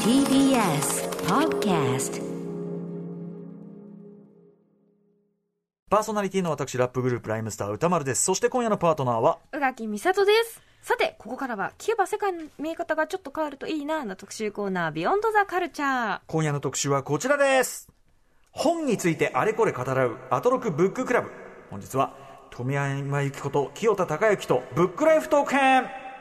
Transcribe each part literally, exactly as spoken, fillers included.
ティービーエス Podcast。 パーソナリティの私ラップグループライムスター歌丸です。そして今夜のパートナーは宇垣美里です。さてここからは聞けば世界の見え方がちょっと変わるといいなの特集コーナービヨンドザカルチャー。 今夜の特集はこちらです。本についてあれこれ語らうアトロクブッククラブ。本日は富山由紀子と清田孝之とブックライフトーク編。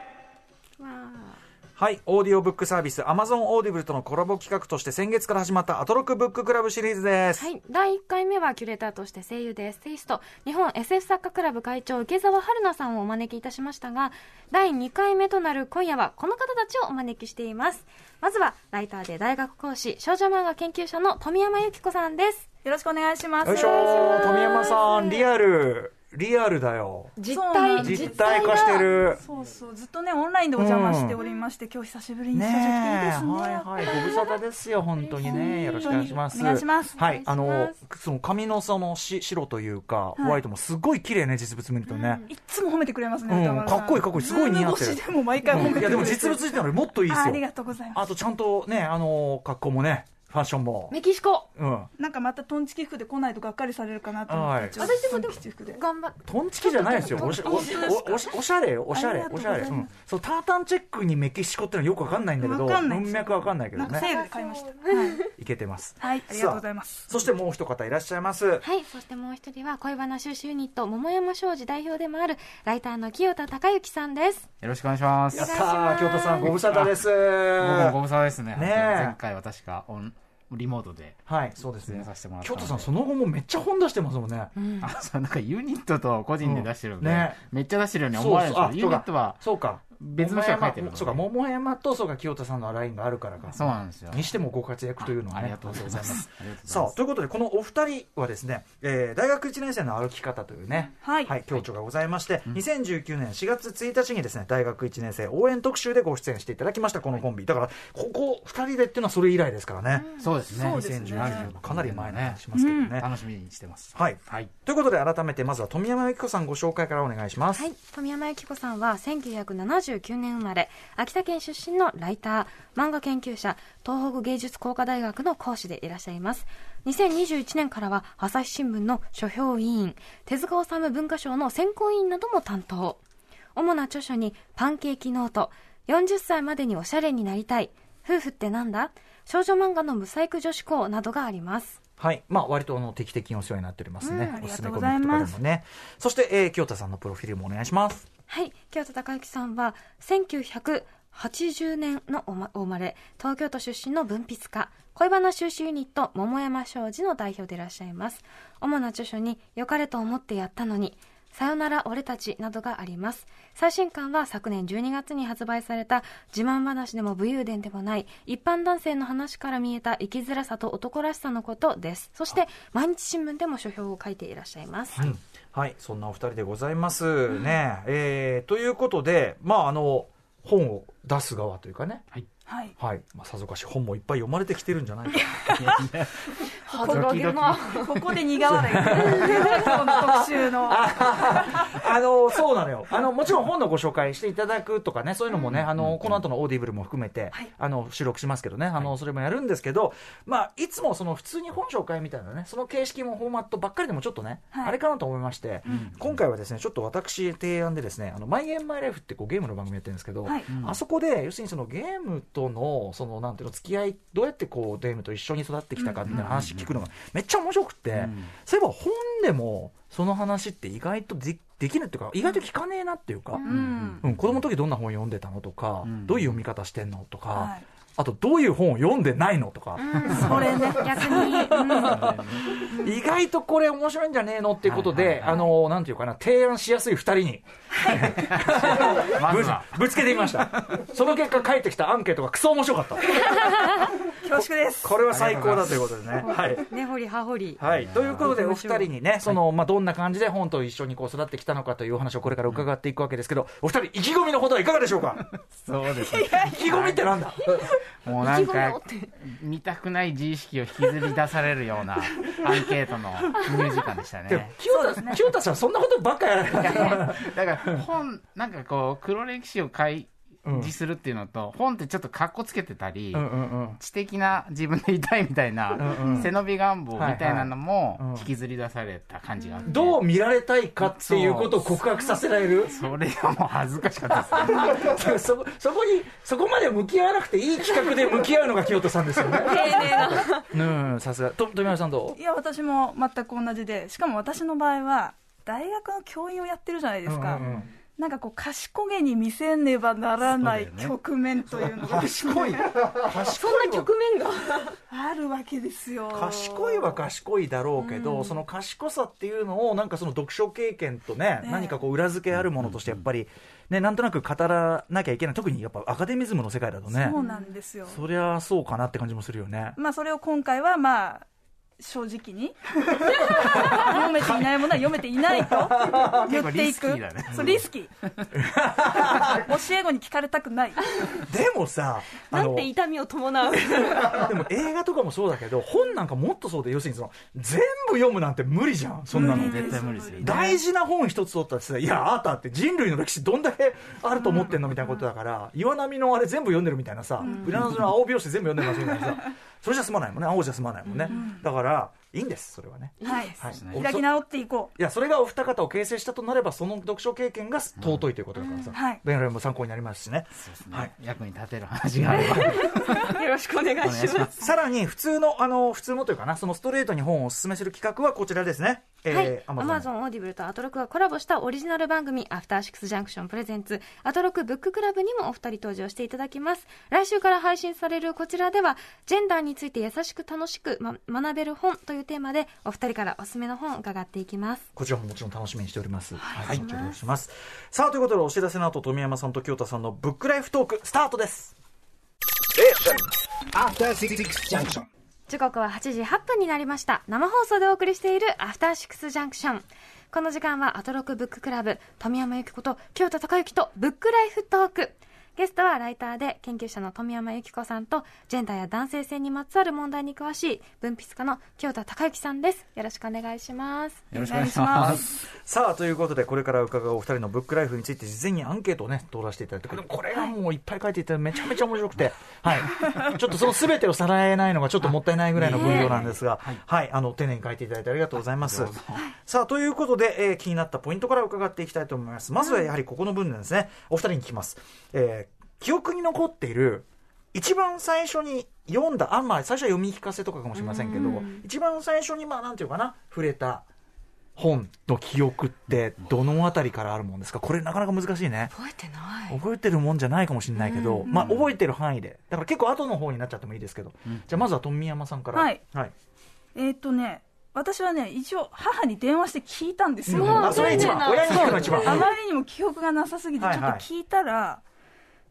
はい、オーディオブックサービス Amazon オーディブルとのコラボ企画として先月から始まったアトロクブッククラブシリーズです。 はい、だいいっかいめはキュレーターとして声優でエッセイスト日本 エスエフ 作家クラブ会長池澤春菜さんをお招きいたしましたが、だいにかいめとなる今夜はこの方たちをお招きしています。まずはライターで大学講師少女漫画研究者の富山由紀子さんです。 よろしくお願いします。 よいしょー、富山さんリアルリアルだよ。 実体実体化してる。 そうそうずっとねオンラインでお邪魔しておりまして、うん、今日久しぶりにスタジオ来ていいですね。 はいはい、ご無沙汰ですよ本当にね。よろしくお願いします。 お願いします。 はい、あのその髪のそのし白というかホワイトもすごい綺麗ね、実物見るとね、 うん、いつも褒めてくれますね、 うん、かっこいいかっこいい、すごい似合ってる。 でも毎回褒めてくれる、うん、 いやでも実物見たのにもっといいですよ。 あ, ありがとうございます。 あとちゃんとね、あの格好もね、ファッションもメキシコ、 うん、 なんかまたトンチキ服で来ないとがっかりされるかなと思って、はい、 私でもでも頑張っトンチキじゃないですよ。おしゃ、おしゃ、おしゃ、おしゃれよ、おしゃれ、おしゃれ、うん、そうタータンチェックにメキシコってのはよくわかんないんだけど、文脈わかんないけどね。 なんかセールで買いました。はい、 いけてます。 はい、ありがとうございます。 そしてもう一方いらっしゃいます。 はい、そしてもう一人は恋バナ収集ユニット桃山商事代表でもあるライターの清田孝之さんです。 よろしくお願いします。 やったー、清田さんご無沙汰です。 僕もご無沙汰ですね。 ね、 前回私がオンリモートで、 はい、そうですね、 させてもらった。 京都さんその後もめっちゃ本出してますもんね。 うん、あ、そう、なんかユニットと個人で出してるんで、うんね、めっちゃ出してるように思われるんですけど、ユニットはそうか別の人が書いてるので、 そうか、桃山とそうか清田さんのラインがあるからか。 そうなんですよ。 にしてもご活躍というのは、ね、 ありがとうございます。 さあ、ということでこのお二人はですね、えー、大学いちねん生の歩き方というね、 はいはい、共著がございまして、うん、にせんじゅうきゅうねんしがつついたちにですね、大学いちねん生応援特集でご出演していただきました。このコンビだからここふたりでっていうのはそれ以来ですからね。 うん、そうですね。 にせんじゅうきゅうねんかなり前の話しますけどね、うん、 楽しみにしてます。 はい、はい、ということで改めてまずは富山由紀子さんご紹介からお願いします。 はい、富山由紀子さんはせんきゅうひゃくななじゅうきゅうねん生まれ、秋田県出身のライター、漫画研究者、東北芸術工科大学の講師でいらっしゃいます。にせんにじゅういちねんからは朝日新聞の書評委員、手塚治虫文化賞の選考委員なども担当。主な著書にパンケーキノート、よんじゅっさいまでにおしゃれになりたい、夫婦ってなんだ、少女漫画のブサイク女子校などがあります。 はい、まあ、割とあの定期的にお世話になっておりますね。 うん、 おすすめコミックとかでもね。そして、えー、清田さんのプロフィールもお願いします。 はい、清田孝之さんはせんきゅうひゃくはちじゅうねんのお生まれ、東京都出身の文筆家、恋バナ収集ユニット桃山商事の代表でいらっしゃいます。主な著書に良かれと思ってやったのに、さよなら俺たちなどがあります。最新刊は昨年じゅうにがつに発売された自慢話でも武勇伝でもない一般男性の話から見えた生きづらさと男らしさのことです。そして毎日新聞でも書評を書いていらっしゃいます。 はい、はい、そんなお二人でございますね。うん、えー、ということで、まああの本を出す側というかね、はいはいはい、まあ、さぞかし本もいっぱい読まれてきてるんじゃないかはずがげなここで苦笑い特集のあ, あのそうなのよ。あのもちろん本のご紹介していただくとかね、そういうのもね、あのこの後のオーディブルも含めて、はい、あの収録しますけどね、あのそれもやるんですけど、まあ、いつもその普通に本紹介みたいなね、その形式もフォーマットばっかりでもちょっとね、はい、あれかなと思いまして、うん、今回はですねちょっと私提案でですね、あのマイゲームマイライフってこうゲームの番組やってるんですけど、はい、あそこで要するにそのゲームとのそのなんていうの付き合い、どうやってこうゲームと一緒に育ってきたかみたいな話聞くのがめっちゃ面白くて、うん、そういえば本でもその話って意外と で, できるっていうか、意外と聞かねえなっていうか、うんうん、子供の時どんな本読んでたのとか、うん、どういう読み方してんのとか、はい、あとどういう本を読んでないのとか、 うん、それね逆に、 うん、意外とこれ面白いんじゃねえのっていうことで、はいはいはい、あのなんていうかな、提案しやすいふたりにぶ, ぶつけてみました。その結果返ってきたアンケートがクソ面白かった恐縮です。 これは最高だということでね、はい、 根掘り葉掘り、 はい、ということでお二人にね、その、まあ、どんな感じで本と一緒にこう育ってきたのかというお話をこれから伺っていくわけですけど、お二人意気込みのほどはいかがでしょうか。 そうですね、 意気込みってなんだもうなんか見たくない自意識を引きずり出されるようなアンケートのミュージカルでしたね。 清田さんそんなことばっかやらないだから本なんかこう黒歴史を書い示するっていうのと、うん、本ってちょっとカッコつけてたり、 うんうんうん、 知的な自分でいたいみたいな、うんうん、背伸び願望みたいなのも引きずり出された感じがあって、 どう見られたいかっていうことを告白させられる。 それはもう恥ずかしかったですそ, そこにそこまで向き合わなくていい企画で向き合うのが清田さんですよね。丁寧な。さすが。と富山さんどう？ いや私も全く同じで、しかも私の場合は大学の教員をやってるじゃないですか、うんうんうん、なんかこう賢げに見せねばならない局面というのが、 ね、賢いそんな局面があるわけですよ。 賢いは賢いだろうけど、うん、その賢さっていうのをなんかその読書経験と ね, ね何かこう裏付けあるものとしてやっぱり、ね、なんとなく語らなきゃいけない。特にやっぱアカデミズムの世界だとね。 そうなんですよ。 そりゃそうかなって感じもするよね。 まあそれを今回はまあ正直に読めていないものは読めていないと言っていく。リスキーだね。そうリスキー教え子に聞かれたくない。 でもさなんて痛みを伴うでも映画とかもそうだけど、本なんかもっとそうで、要するにその全部読むなんて無理じゃん。そんなの絶対無理ですよね。 大事な本一つ取ったってさ、いやあーたって人類の歴史どんだけあると思ってんのみたいなことだから、岩波のあれ全部読んでるみたいなさ、裏の青拍子全部読んでますみたいなさ、それじゃ済まないもんね。青じゃ済まないもんね。だからいいんです、それはね。 はい、はい、開き直っていこう。 いや、それがお二方を形成したとなれば、その読書経験が尊いということだからさ、うんはい、弁護も参考になりますしね。 そうですね、はい、役に立てる話があればよろしくお願いします。 さらに普通のあの普通のというかな、そのストレートに本をお勧めする企画はこちらですね。 はい、アマゾンオーディブルとアトロクがコラボしたオリジナル番組アフターシックスジャンクションプレゼンツアトロクブッククラブにもお二人登場していただきます。来週から配信されるこちらでは、ジェンダーについて優しく楽しく、ま、学べる本というテーマでお二人からおすすめの本を伺っていきます。 こちらももちろん楽しみにしております。はい、お願いします。さあということで、お知らせの後、富山さんと清田さんのブックライフトークスタートです。 アフターシックスジャンクション。時刻ははちじはっぷんになりました。生放送でお送りしているアフターシックスジャンクション。この時間はアトロクブッククラブ、富山由紀子と清田孝之とブックライフトーク。ゲストはライターで研究者の富山由紀子さんと、ジェンダーや男性性にまつわる問題に詳しい文筆家の清田孝之さんです。よろしくお願いします。 よろしくお願いします。 さあということで、これから伺うお二人のブックライフについて事前にアンケートをね通らせていただいて、でもこれはもういっぱい書いていただいてめちゃめちゃ面白くて、はい、ちょっとその全てをさらえないのがちょっともったいないぐらいの分量なんですが、はい、はい、あの丁寧に書いていただいてありがとうございます。さあということで、えー、気になったポイントから伺っていきたいと思います。まずはやはりここの部分ですね。お二人に聞きます。えー記憶に残っている一番最初に読んだ、あんまあ最初は読み聞かせとかかもしれませんけど、一番最初にまあなんていうかな、触れた本の記憶ってどのあたりからあるもんですか？これなかなか難しいね。 覚えてない。 覚えてるもんじゃないかもしれないけど、まあ覚えてる範囲で、だから結構後の方になっちゃってもいいですけど、うん、じゃあまずは富山さんから。 はい、 はい、 えー、っとね私はね一応母に電話して聞いたんですよ。 うん、あそれ一番、親に聞くの一番。 あまりにも記憶がなさすぎてちょっと聞いたら、はいはい、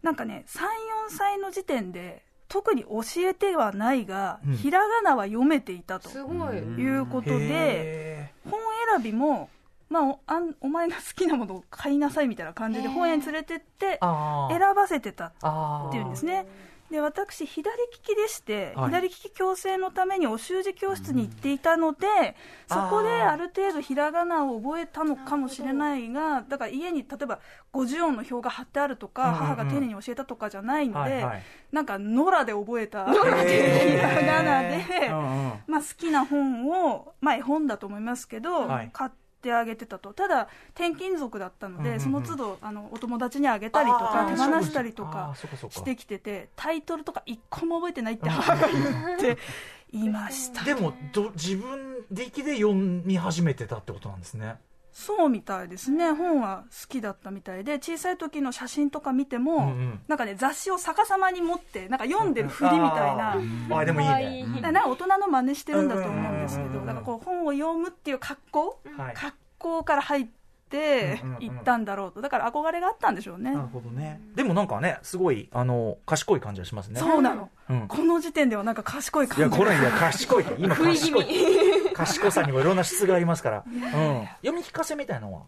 なんかねさん、よんさいの時点で特に教えてはないが、うん、ひらがなは読めていたということで、本選びも、まあ、お, あんお前が好きなものを買いなさいみたいな感じで本屋に連れてって選ばせてたっていうんですね。で私左利きでして、はい、左利き矯正のためにお習字教室に行っていたので、そこである程度ひらがなを覚えたのかもしれないが、だから家に例えばごじゅう音の表が貼ってあるとか、うんうんうん、母が丁寧に教えたとかじゃないので、はいはい、なんか野良で覚えたひらがなで、うんうん、まあ、好きな本を、まあ、絵本だと思いますけど、はい、買っててあげてたと。ただ転勤族だったので、うんうんうん、その都度あのお友達にあげたりとか手放したりとかしてきてて、タイトルとか一個も覚えてないって母が言っていましたでもど自分力で読み始めてたってことなんですね。 そうみたいですね。本は好きだったみたいで、小さい時の写真とか見ても、うんうん、なんかね雑誌を逆さまに持ってなんか読んでるふりみたいな、 うん、ああでもいいね。 だから大人の真似してるんだと思うんですけど、だからこう本を読むっていう格好、はい、格好から入って行ったんだろうと。だから憧れがあったんでしょうね。 なるほどね。でもなんかねすごいあの賢い感じがしますね。 そうなの、うん、この時点ではなんか賢い感じが。 いやこれいや賢いって今賢い賢さにもいろんな質がありますから、うん、読み聞かせみたいなのは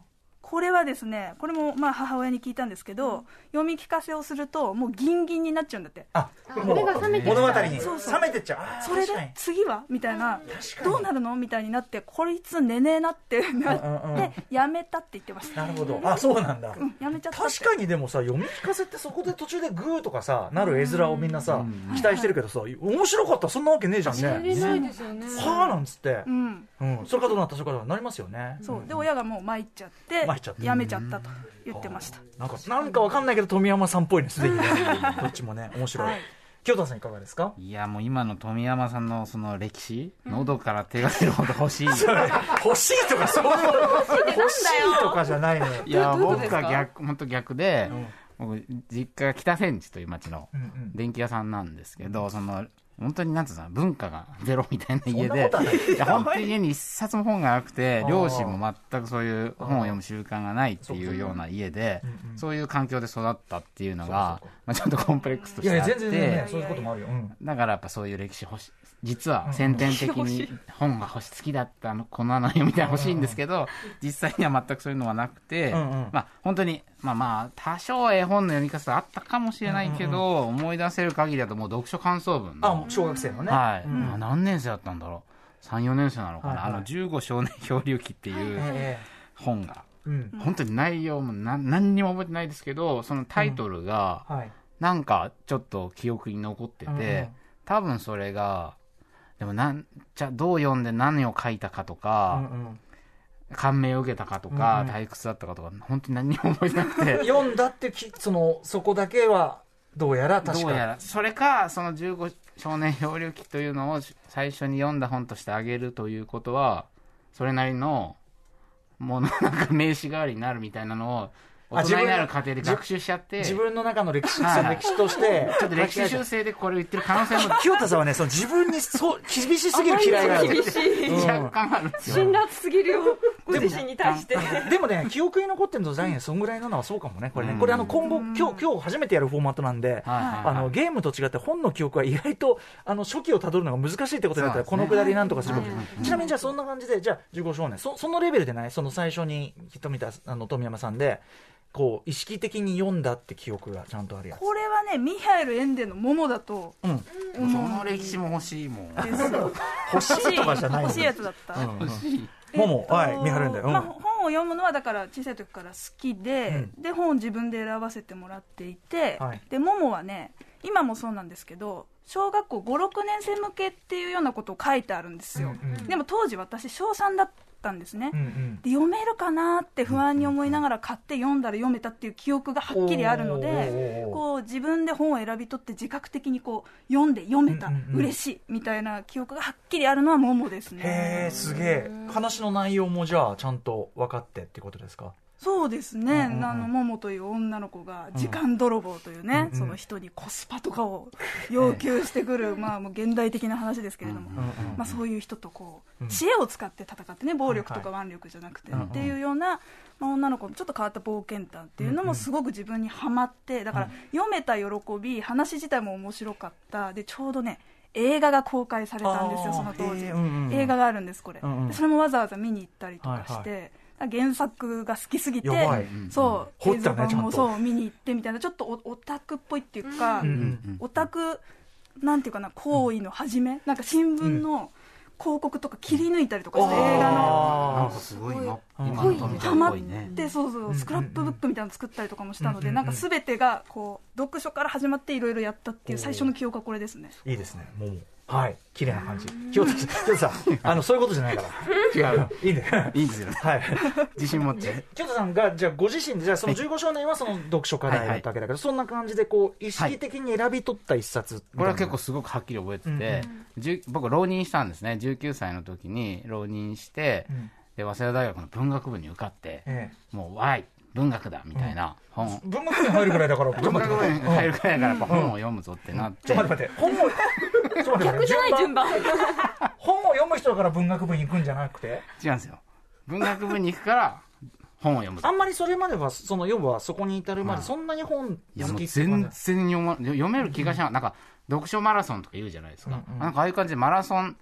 これはですね、これもまあ母親に聞いたんですけど、うん、読み聞かせをするともうギンギンになっちゃうんだって。 あ、もう物語にそうそう冷めてっちゃう。 それで次はみたいな、どうなるのみたいになって、こいつ寝ねえなってなって、うんうんうん、やめたって言ってました。 なるほど。あ、そうなんだ、 うん、やめちゃったって。 確かに。でもさ、読み聞かせってそこで途中でグーとかさなる絵面をみんなさ、うん、期待してるけどさ、面白かったらそんなわけねえじゃんね。 知れないですよね。 はあなんつって、 うんうん、それかどうなったそれかどうなりますよね。 そうで親がもう参っちゃってやめちゃったと言ってました。 なんかなんかわかんないけど富山さんっぽいね、すでにねどっちもね面白い、はい、清田さんいかがですか。 いやもう今の富山さんのその歴史、うん、喉から手が出るほど欲しい欲しいとかそういう欲しいとかじゃないのよ。 いや僕は逆、本当逆で、うん、僕実家が北千住という町の電気屋さんなんですけど、うんうん、その本当になんていうの文化がゼロみたいな家で、いや本当に家に一冊も本がなくて、両親も全くそういう本を読む習慣がないっていうような家で、そういう環境で育ったっていうのが、まあ、ちょっとコンプレックスとしてあって、いや全然ねそういうこともあるよ、うん、だからやっぱそういう歴史欲しい、実は先天的に本が欲し好きだったの子なのよみたいな欲しいんですけど、実際には全くそういうのはなくて、うんうん、まあ本当にまあまあ多少絵本の読み方あったかもしれないけど、うんうん、思い出せる限りだともう読書感想文の、 あ、小学生のね、 はい、うん、何年生だったんだろう、さん、よねん生なのかな、はいはい、あのじゅうご少年漂流記っていう本が、うん、本当に内容も何何にも覚えてないですけど、そのタイトルがなんかちょっと記憶に残ってて、うんはい、多分それがでもなんじゃどう読んで何を書いたかとか、うんうん、感銘を受けたかとか、うんうん、退屈だったかとか本当に何にも覚えてなくて読んだってきそのそこだけはどうやら確かどうやらそれかそのじゅうご少年漂流記というのを最初に読んだ本としてあげるということはそれなりのものなんか名刺代わりになるみたいなのを大人になる過程で学習しちゃって自分の中の歴史、はい、歴史としてちょっと歴史修正でこれを言ってる可能性も清田さんはねその自分にそう厳しすぎる嫌いがある厳しい、 うん、若干あるんですよ。 辛辣すぎるよご自身に対してでもね記憶に残ってるのザインそんぐらいなのはそうかもねこれね、うん、これあの今後今日今日初めてやるフォーマットなんで、はいはいはい、あのゲームと違って本の記憶は意外とあの初期をたどるのが難しいってことになったら、ね、このくだりなんとかする、うん、ちなみにじゃあそんな感じでじゃあじゅうご少年 そ, そのレベルでないその最初にきっと見たあの富山さんでこう意識的に読んだって記憶がちゃんとあるやつ。 これはねミハエル・エンデのものだと、 うん、その歴史も欲しいもん欲しいとかじゃない欲しいやつだった、 うん、欲しいもも、はい、ミハエル・エンデ、うんまあ、本を読むのはだから小さい時から好きで、うん、で本を自分で選ばせてもらっていて、はい、でももはね今もそうなんですけど小学校ご、ろくねん生向けっていうようなことを書いてあるんですよ、うんうん、でも当時私小さんだったんですね、うんうん、で読めるかなって不安に思いながら買って読んだら読めたっていう記憶がはっきりあるのでこう自分で本を選び取って自覚的にこう読んで読めた、うんうんうん、嬉しいみたいな記憶がはっきりあるのはももですね。 へーすげえ。話の内容もじゃあちゃんと分かってってことですか。 そうですね、うんうんうん、あのモモという女の子が時間泥棒というね、うん、その人にコスパとかを要求してくる、まあ、もう現代的な話ですけれども、うんうんうんまあ、そういう人とこう、うん、知恵を使って戦ってね暴力とか腕力じゃなくて、うんはい、っていうような、まあ、女の子のちょっと変わった冒険譚っていうのもすごく自分にはまってだから読めた喜び話自体も面白かったでちょうどね映画が公開されたんですよその当時、うんうん、映画があるんですこれ、うんうん、それもわざわざ見に行ったりとかして、はいはい原作が好きすぎてそう映像版もそう見に行ってみたいなちょっとオタクっぽいっていうか、うんうん、オタクなんていうかな行為の始め、うん、なんか新聞の広告とか切り抜いたりとかして、うん、映画のなんかすごいな今の富田っぽいねでそうそうスクラップブックみたいなの作ったりとかもしたので、うんうん、なんか全てがこう読書から始まっていろいろやったっていう最初の記憶はこれですね。 いいですねもうはい綺麗な感じ清田さんあのそういうことじゃないから違ういいねいいんですよはい自信持って清田さんがじゃあご自身でじゃあそのじゅうご少年はその読書課題だったわけだけど、はいはい、そんな感じでこう意識的に選び取った一冊、はい、 これは結構すごくはっきり覚えてて、うん、僕浪人したんですねじゅうきゅうさいの時に浪人して、うん、で早稲田大学の文学部に受かって、ええ、もうわい文学だみたいな本、 うん、文学部に入るくらいだから文学部に入るくらいだからやっぱ本を読むぞってなって、 うんうん、ちょっと待って本を逆じゃない順番本を読む人だから文学部に行くんじゃなくて違うんですよ文学部に行くから本を読むあんまりそれまではその要はそこに至るまでそんなに本好きいやもう全然読、ま、読める気がしない、うん、なんか読書マラソンとか言うじゃないですか、うんうん、なんかああいう感じでマラソン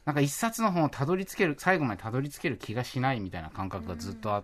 なんか一冊の本をたどり着ける、最後までたどり着ける気がしないみたいな感覚がずっとあって、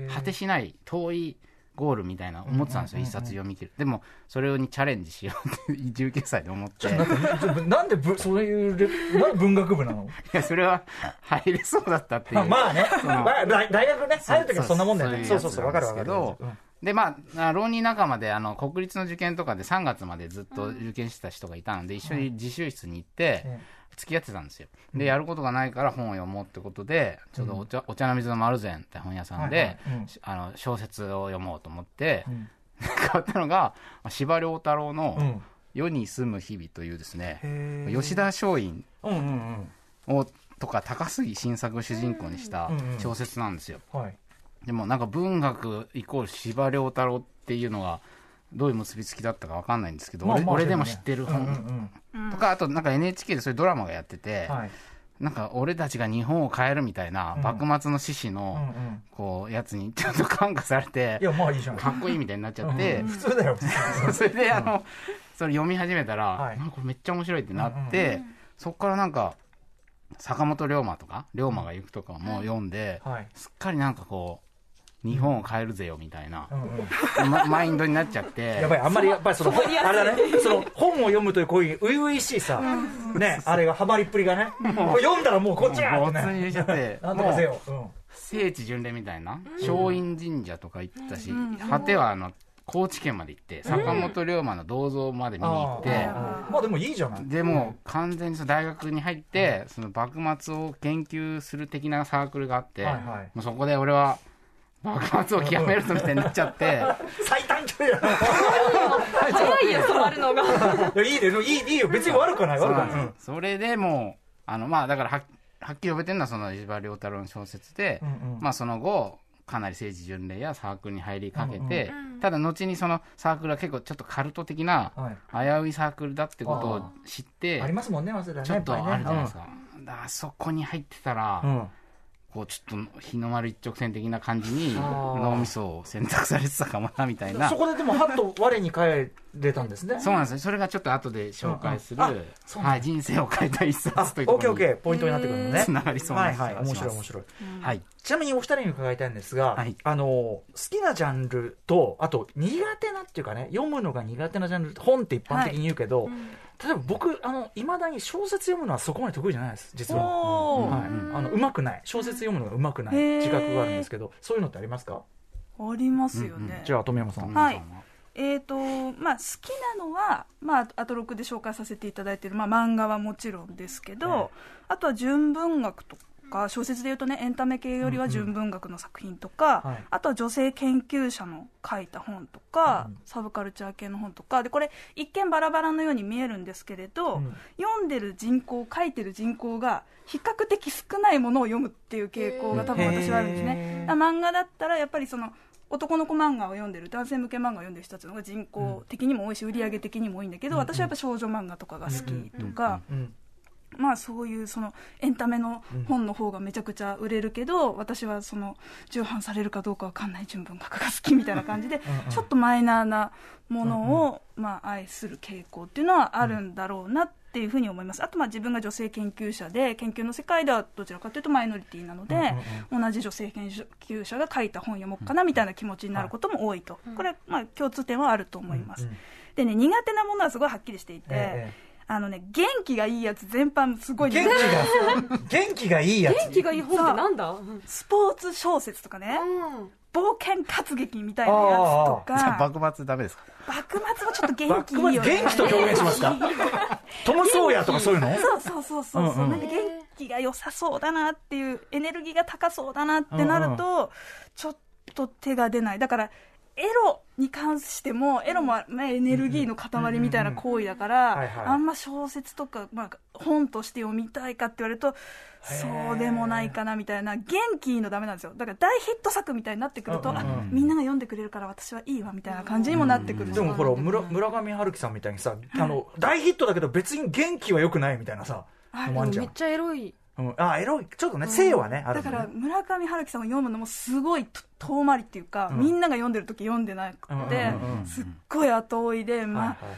果てしない遠いゴールみたいな思ってたんですよ、一冊読み切る。でもそれにチャレンジしようってじゅうきゅうさいで思って。 なんでぶそういうなん文学部なの？ いやそれは入れそうだったっていう。 まあね、大学ね入る時はそんなもんだよね。そうそうそう、わかるわかる。 でまあ浪人仲間であの国立の受験とかでさんがつまでずっと受験してた人がいたので、一緒に自習室に行って付き合ってたんですよ。でやることがないから本を読もうってことで、ちょうどお茶、お茶の水の丸善って本屋さんで、あの小説を読もうと思って、買ったのが司馬遼太郎の「世に住む日々」というですね、吉田松陰をとか高杉晋作を主人公にした小説なんですよ。でもなんか文学イコール司馬遼太郎っていうのがどういう結びつきだったか分かんないんですけど、まあまあ俺, 俺でも知ってる本、うんうんうん、とかあとなんか エヌエイチケー でそういうドラマがやってて、はい、なんか俺たちが日本を変えるみたいな、うん、幕末の志士のこうやつにちょっと感化されて、 いやまあいいじゃん、 かっこいいみたいになっちゃって、 うん、普通だよそれであのそれ読み始めたら、はい、なんかこれめっちゃ面白いってなって、うんうん、そこからなんか坂本龍馬とか龍馬が行くとかも読んで、うんはい、すっかりなんかこう日本を変えるぜよみたいな、うんうんま、マインドになっちゃってやばい、あんまりやっぱりそのあれだね、その本を読むというこういう初々しいさ、うん、ね、あれがハマりっぷりがね、もう読んだらもうこっちやってね、 没入しちゃってなんとかせよ、うん、 聖地巡礼みたいな松陰神社とか行ったし、うん、果てはあの高知県まで行って坂本龍馬の銅像まで見に行って、うん、 あまあでもいいじゃない。 でも完全にその大学に入って、うん、その幕末を研究する的なサークルがあって、はいはい、もうそこで俺は幕末を極めるとみたいになっちゃって最短距離だな早いよ止まるのがいいね、いいいいよ、別に悪くない悪くない、うん、 それでもうあのまあだから は, はっきり覚えてるのはその司馬遼太郎の小説で、うんうん、まあその後かなり政治巡礼やサークルに入りかけて、うんうん、ただ後にそのサークルは結構ちょっとカルト的な危ういサークルだってことを知って、 ありますもんね、早稲田ね、 ちょっとあるじゃないですか、うん、だからそこに入ってたら、うんこうちょっと日の丸一直線的な感じに脳みそを選択されてたかもなみたいな。 そこででもハッと我に返れたんですね。 そうなんですよ。それがちょっと後で紹介する、うんうんはい、人生を変えた一冊というところに オーケーオーケー ポイントになってくるのね。 つながりそうなんです、 はいはい、面白い面白い、 うんはい、 ちなみにお二人に伺いたいんですが、はい、あの好きなジャンルとあと苦手なっていうかね、読むのが苦手なジャンル、本って一般的に言うけど、はいうん、例えば僕いまだに小説読むのはそこまで得意じゃないです実は、うんはい、あの上手くない、小説読むのが上手くない自覚があるんですけど、そういうのってありますか？ ありますよね、うんうん、 じゃあ富山さん、 はいえーとまあ、好きなのは、まあ、アトロクで紹介させていただいている、まあ、漫画はもちろんですけど、はい、あとは純文学とか小説でいうとねエンタメ系よりは純文学の作品とか、うんうんはい、あとは女性研究者の書いた本とか、うん、サブカルチャー系の本とかで、これ一見バラバラのように見えるんですけれど、うん、読んでる人口書いてる人口が比較的少ないものを読むっていう傾向が多分私はあるんですね。漫画だったらやっぱりその男の子漫画を読んでる、男性向け漫画を読んでる人たちの方が人口的にも多いし、売り上げ的にも多いんだけど、私はやっぱ少女漫画とかが好きとか、まあそういうそのエンタメの本の方がめちゃくちゃ売れるけど、私はその重版されるかどうかわかんない純文学が好きみたいな感じで、ちょっとマイナーなものをまあ愛する傾向っていうのはあるんだろうなっていうふうに思います。あとまあ自分が女性研究者で、研究の世界ではどちらかというとマイノリティなので、同じ女性研究者が書いた本読もうかなみたいな気持ちになることも多いと、これまあ共通点はあると思います。でね、苦手なものはすごいはっきりしていて、あのね、元気がいいやつ全般すごい元気が元気がいいやつ、 元気がいい本ってなんだ？ スポーツ小説とかね、うん、冒険活劇みたいなやつとか。 じゃあ幕末ダメですか？ 幕末もちょっと元気いいよね。 元気と表現しますか？トム・ソーヤとかそういうの？ そうそうそうそう、うんうん、なんか元気が良さそうだなっていう、エネルギーが高そうだなってなると、うんうん、ちょっと手が出ない。だからエロに関してもエロも、ね、エネルギーの塊みたいな行為だから、あんま小説とか、まあ、本として読みたいかって言われるとそうでもないかなみたいな。元気のダメなんですよ。だから大ヒット作みたいになってくると、うんうん、あみんなが読んでくれるから私はいいわみたいな感じにもなってくる。 でもほら 村, 村上春樹さんみたいにさ、あの大ヒットだけど別に元気は良くないみたいなさ、 めっちゃエロい、 うん、あエロいちょっとね、性はね、うん、あるね。 だから村上春樹さんを読むのもすごい遠回りっていうか、うん、みんなが読んでる時読んでなくて、うんうんうんうん、すっごい後追いで、まあ、はいはい、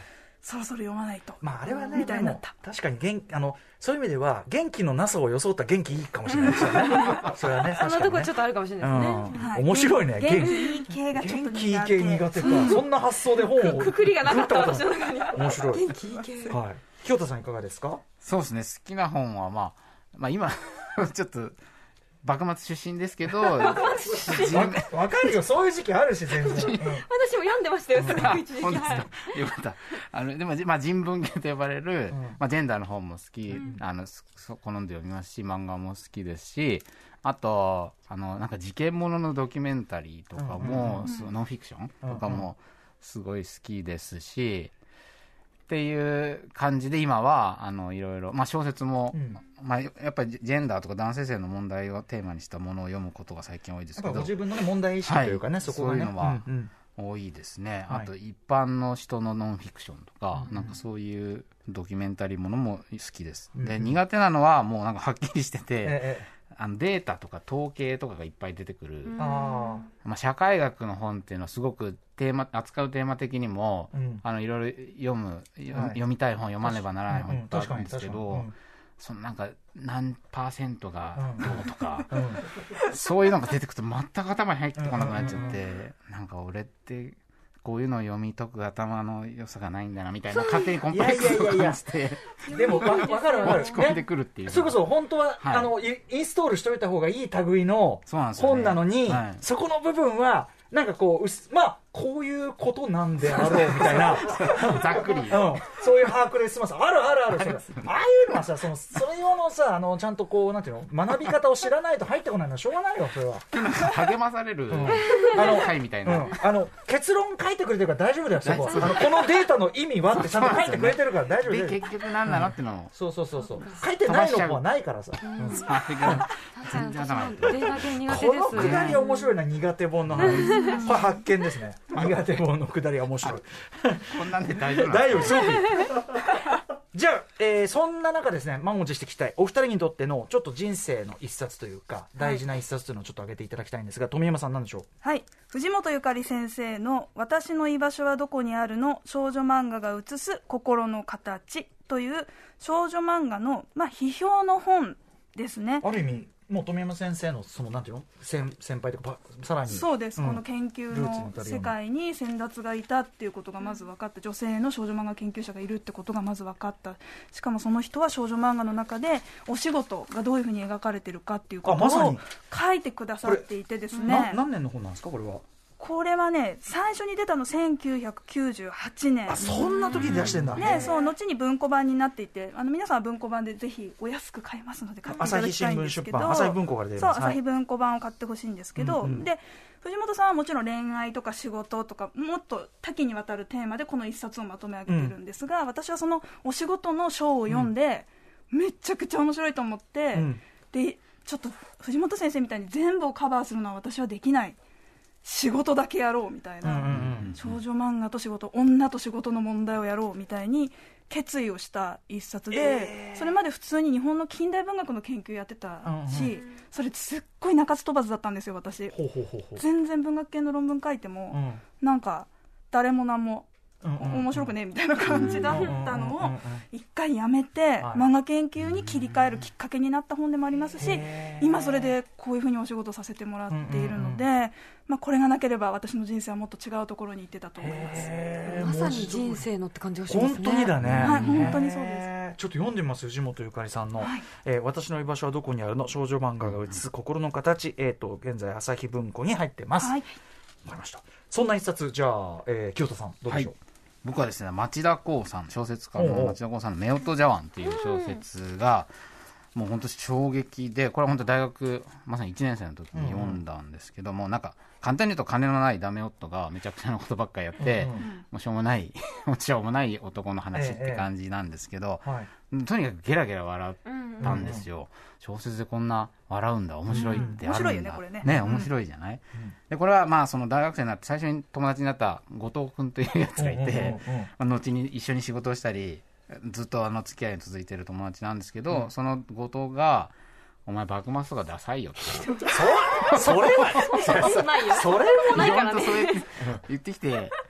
そろそろ読まないと、 まあ、あれはねみたいになった。 確かに元あのそういう意味では元気のなさを装った元気いいかもしれないですよねそれはね、 そんなところちょっとあるかもしれないですね、 うんはい、面白いね。 元気系がちょっと苦手、 元気系苦手か、うん、そんな発想で本をくくりがなかった私の中に面白い。 元気系、 はい、清田さんいかがですか？ そうですね、好きな本は、まあ、まあ今ちょっと幕末出身ですけどわかるよ、そういう時期あるし全然、うん、私も読んでましたよ、すごく一時期。 よかったあのでも、まあ、人文系と呼ばれる、うんまあ、ジェンダーの本も好き、うん、あの好んで読みますし、漫画も好きですし、あとあのなんか事件もののドキュメンタリーとかも、うんうん、ノンフィクションとかもすごい好きですし、っていう感じで今はあのいろいろ、まあ、小説も、うんまあ、やっぱりジェンダーとか男性性の問題をテーマにしたものを読むことが最近多いですけど、 ご自分の、ね、問題意識というかね、はい、そこがね、 そういうのは多いですね、うんうん、あと一般の人のノンフィクションとか、はい、なんかそういうドキュメンタリーものも好きです、うんうん、で苦手なのはもうなんかはっきりしてて、ええあのデータとか統計とかがいっぱい出てくる、あまあ、社会学の本っていうのはすごくテーマ扱うテーマ的にも、うん、あのいろいろ読む、はい、読みたい本読まねばならない本ってあるんですけど、うん、そのなんか何パーセントがどうとか、うん、そういうのが出てくると全く頭に入ってこなくなっちゃって、うんうんうん、なんか俺ってこういうのを読み解く頭の良さがないんだなみたいな勝手にコンプレックスを感じてでも分かる分かる落ち込んでくるっていう、 ね、それこそ本当は、はい、あのインストールしといた方がいい類の本なのに そ,、ねはい、そこの部分はなんかこうまあこういうことなんであろうみたいなざっくり、うん、 そういう把握で済ます。あるあるある、それああいうのはさ、そのそれ用のさ、あのちゃんとこうなんていうの学び方を知らないと入ってこないのはしょうがないよ、それは。 励まされる、うん、 あの回みたいな、 うん、あの結論書いてくれてるから大丈夫だよ、そこあのこのデータの意味はってちゃんと書いてくれてるから大丈夫だよ。 で結局何なのってのを、うん、 そうそうそうそう書いてないのはないからさ。 全然頭苦手です。 このくだりは面白いな、苦手本の話。これ発見ですね。苦手本のくだりは面白い。 こんなんで大丈夫大丈夫、すごくいい。じゃあ、えー、そんな中ですね、満を持して聞きたいお二人にとってのちょっと人生の一冊というか大事な一冊というのをちょっと挙げていただきたいんですが、富山さん何でしょう？ はい、藤本ゆかり先生の私の居場所はどこにあるの少女漫画が映す心の形という少女漫画の、まあ、批評の本ですね。 ある意味もう富山先生のそのなんていうの 先, 先輩というかさらにそうです、うん、この研究の世界に先達がいたっていうことがまず分かった、女性の少女漫画研究者がいるってことがまず分かった。しかもその人は少女漫画の中でお仕事がどういうふうに描かれてるかっていうことを書いてくださっていてですね。 何年の本なんですかこれは？ これはね、最初に出たのせんきゅうひゃくきゅうじゅうはちねん。 あ、そんな時に出してんだ。 ね、そう、後に文庫版になっていて、あの皆さんは文庫版でぜひお安く買えますので買っていただきたいんですけど、 朝日文庫から出るんです。 そう、朝日文庫版を買ってほしいんですけど、うんうん、で藤本さんはもちろん恋愛とか仕事とかもっと多岐にわたるテーマでこの一冊をまとめ上げてるんですが、うん、私はそのお仕事の章を読んで、うん、めちゃくちゃ面白いと思って、うん、でちょっと藤本先生みたいに全部をカバーするのは私はできない、仕事だけやろうみたいな、うんうんうん、少女漫画と仕事、女と仕事の問題をやろうみたいに決意をした一冊で、えー、それまで普通に日本の近代文学の研究やってたし、うんうん、それすっごい鳴かず飛ばずだったんですよ私。ほうほうほうほう。全然文学系の論文書いても、うん、なんか誰も何も面白くねみたいな感じだったのを一回やめて漫画研究に切り替えるきっかけになった本でもありますし、今それでこういうふうにお仕事させてもらっているので、まあ、これがなければ私の人生はもっと違うところに行ってたと思います。 まさに人生のって感じがしますね。 本当にだね、 はい、本当にそうです。 ちょっと読んでみます。藤本ゆかりさんの、はい、えー、私の居場所はどこにあるの少女漫画が映す心の形、えー、と現在朝日文庫に入ってます。はい、わかりました。そんな一冊、じゃあ、えー、清田さんどうでしょう？はい、 僕はですね、町田光さん、小説家の町田光さんの夫婦茶碗という小説がもう本当衝撃で、これは本当大学まさにいちねん生の時に読んだんですけども、なんか簡単に言うと金のないダメ夫がめちゃくちゃなことばっかりやって、もうしょうもないもうしょうもない男の話って感じなんですけど、とにかくゲラゲラ笑ったんですよ。小説でこんな笑うんだ、面白いってあるんだ、面白いよねこれね。ね、面白いじゃない。でこれはまあその大学生になって最初に友達になった後藤君というやつがいて、まあ、後に一緒に仕事をしたりずっとあの付き合いが続いている友達なんですけど、うん、その後藤がお前幕末とかダサいよってそ, それはそんなことないよ。 それもないからね。 そう言ってきて、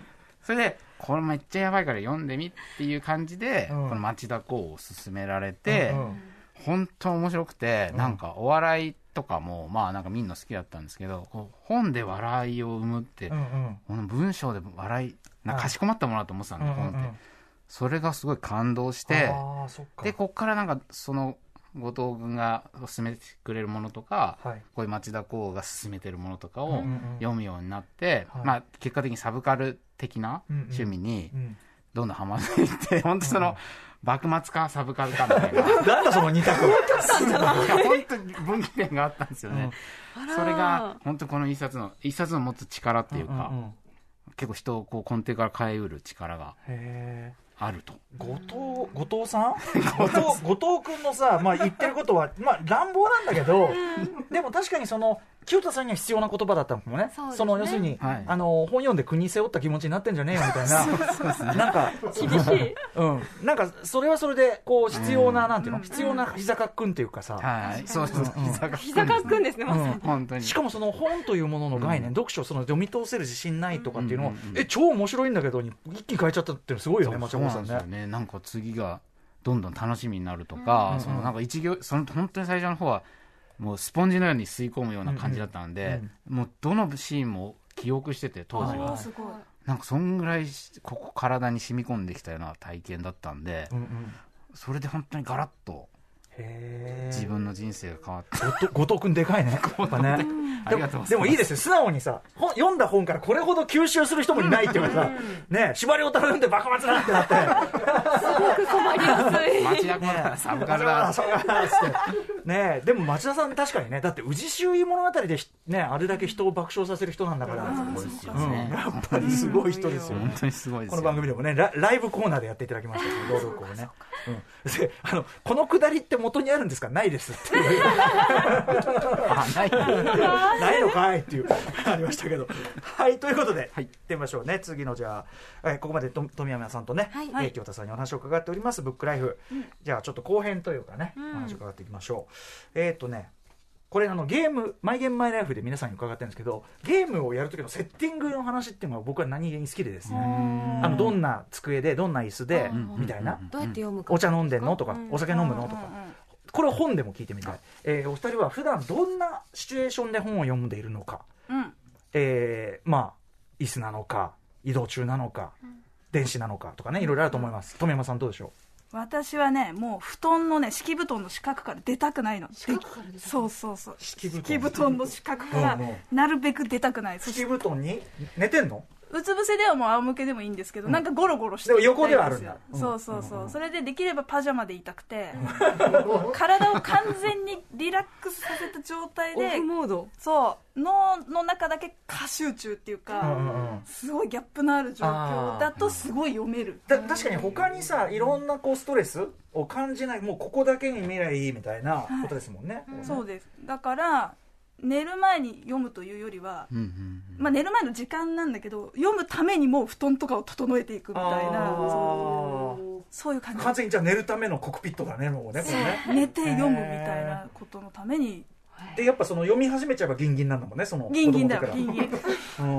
それでこれめっちゃやばいから読んでみっていう感じで、 うん、 この町田光を勧められて、うんうん、本当面白くて、 うん、 なんかお笑いとかもまあなんか見るの好きだったんですけど、こう本で笑いを生むって、うんうん、この文章で笑いなんかかしこまったものだと思ってたんで、うん、本って、うんうん、それがすごい感動して、 あ、そっか。 でこっからなんかその後藤君が勧めてくれるものとか、はい、こういう町田光が勧めてるものとかを読むようになって、うんうん、まあ、結果的にサブカル的な趣味にどんどんハマっていって、うんうん、本当その、うん、幕末かサブカルかみたいななんだその二択本当に分岐点があったんですよね、うん、それが本当この一冊の一冊の持つ力っていうか、うんうんうん、結構人をこう根底から変えうる力があると。 後藤後藤さん後藤後藤君のさ、まあ、言ってることは、まあ、乱暴なんだけどでも確かにその清田さんには必要な言葉だったのもね。その要するに、はい、あの本読んで国背負った気持ちになってんじゃねえよみたいななんか厳しい、 うん、なんかそれはそれでこう必要な、なんていうの、必要な膝かっくんっていうかさ、 はい、そうそう、 膝かっくんですね、まさに、うん、 本当に。 しかもその本というものの概念、うん、読書をその読み通せる自信ないとかっていうのを、うんうんうん、え超面白いんだけどに一気に変えちゃったっていうのすごいよね、町山さんね。 そうなんですよね。なんか次がどんどん楽しみになるとか、うん、そのなんか一行、その本当に最初の方はもうスポンジのように吸い込むような感じだったんで、うんうん、もうどのシーンも記憶してて、当時はなんかそんぐらいここ体に染み込んできたような体験だったんで、うんうん、それで本当にガラッと自分の人生が変わって後藤君でかいねやっぱねでも、でもいいですよ、素直にさ本読んだ本からこれほど吸収する人もいないっていうかさ、ね、司馬遼太郎読んで幕末だってなってすごく困りやすい町田君だサブカルだね。でも町田さん確かにね、だって宇治周囲物語で、ね、あれだけ人を爆笑させる人なんだから、 そうですよね、 うん、やっぱりすごい人ですよ、 本当にすごいですよ。 この番組でもね ラ, ライブコーナーでやっていただきましたけど、朗読をね、うん、であのこのくだりって元にあるんですか、ないですっていうあないないのかいっていうありましたけど、はいということで、はい、行ってみましょうね。次のじゃあ、えー、ここまでと富山さんとね、はい、えー、清田さんにお話を伺っておりますブックライフ、うん、じゃあちょっと後編というかね、うん、お話を伺っていきましょう。えっ、ー、とねこれあのゲームマイゲームマイライフで皆さんに伺ってるんですけど、ゲームをやる時のセッティングの話っていうのは僕は何気に好きでですね、あのどんな机でどんな椅子でみたいな、 どうやって読むか、 お茶飲んでんのとか、うん、お酒飲むのとか、これを本でも聞いてみたい、えー、お二人は普段どんなシチュエーションで本を読んでいるのか、うん、えー、まあ椅子なのか移動中なのか、うん、電子なのかとかね、いろいろあると思います。富山さんどうでしょう。 私はね、もう布団のね、敷布団の四角から出たくないの。 四角から出たくない。 そうそうそう。敷布団、敷布団の四角からなるべく出たくない。 敷布団に寝てんの？ うつ伏せではもう仰向けでもいいんですけど、うん、なんかゴロゴロしてる。でも横ではあるんだ。 うん、そうそうそう、うん。それでできればパジャマでいたくて、うん、体を完全にリラックスさせた状態で、 オフモード。 そう、脳の中だけ過集中っていうか、うんうん、すごいギャップのある状況だとすごい読める。 だ確かに他にさ、いろんなこうストレスを感じない、もうここだけに見りゃいいみたいなことですもんね。はい、 うん、そうです。だから寝る前に読むというよりは、うんうんうん、まあ、寝る前の時間なんだけど、読むためにもう布団とかを整えていくみたいな、そう、そういう感じ。 完全にじゃあ寝るためのコックピットだね、もうね。 ね、寝て読むみたいなことのために。 でやっぱその読み始めちゃえばギンギンなんだもんね、そのギンギンだよ、ギンギン。ででっ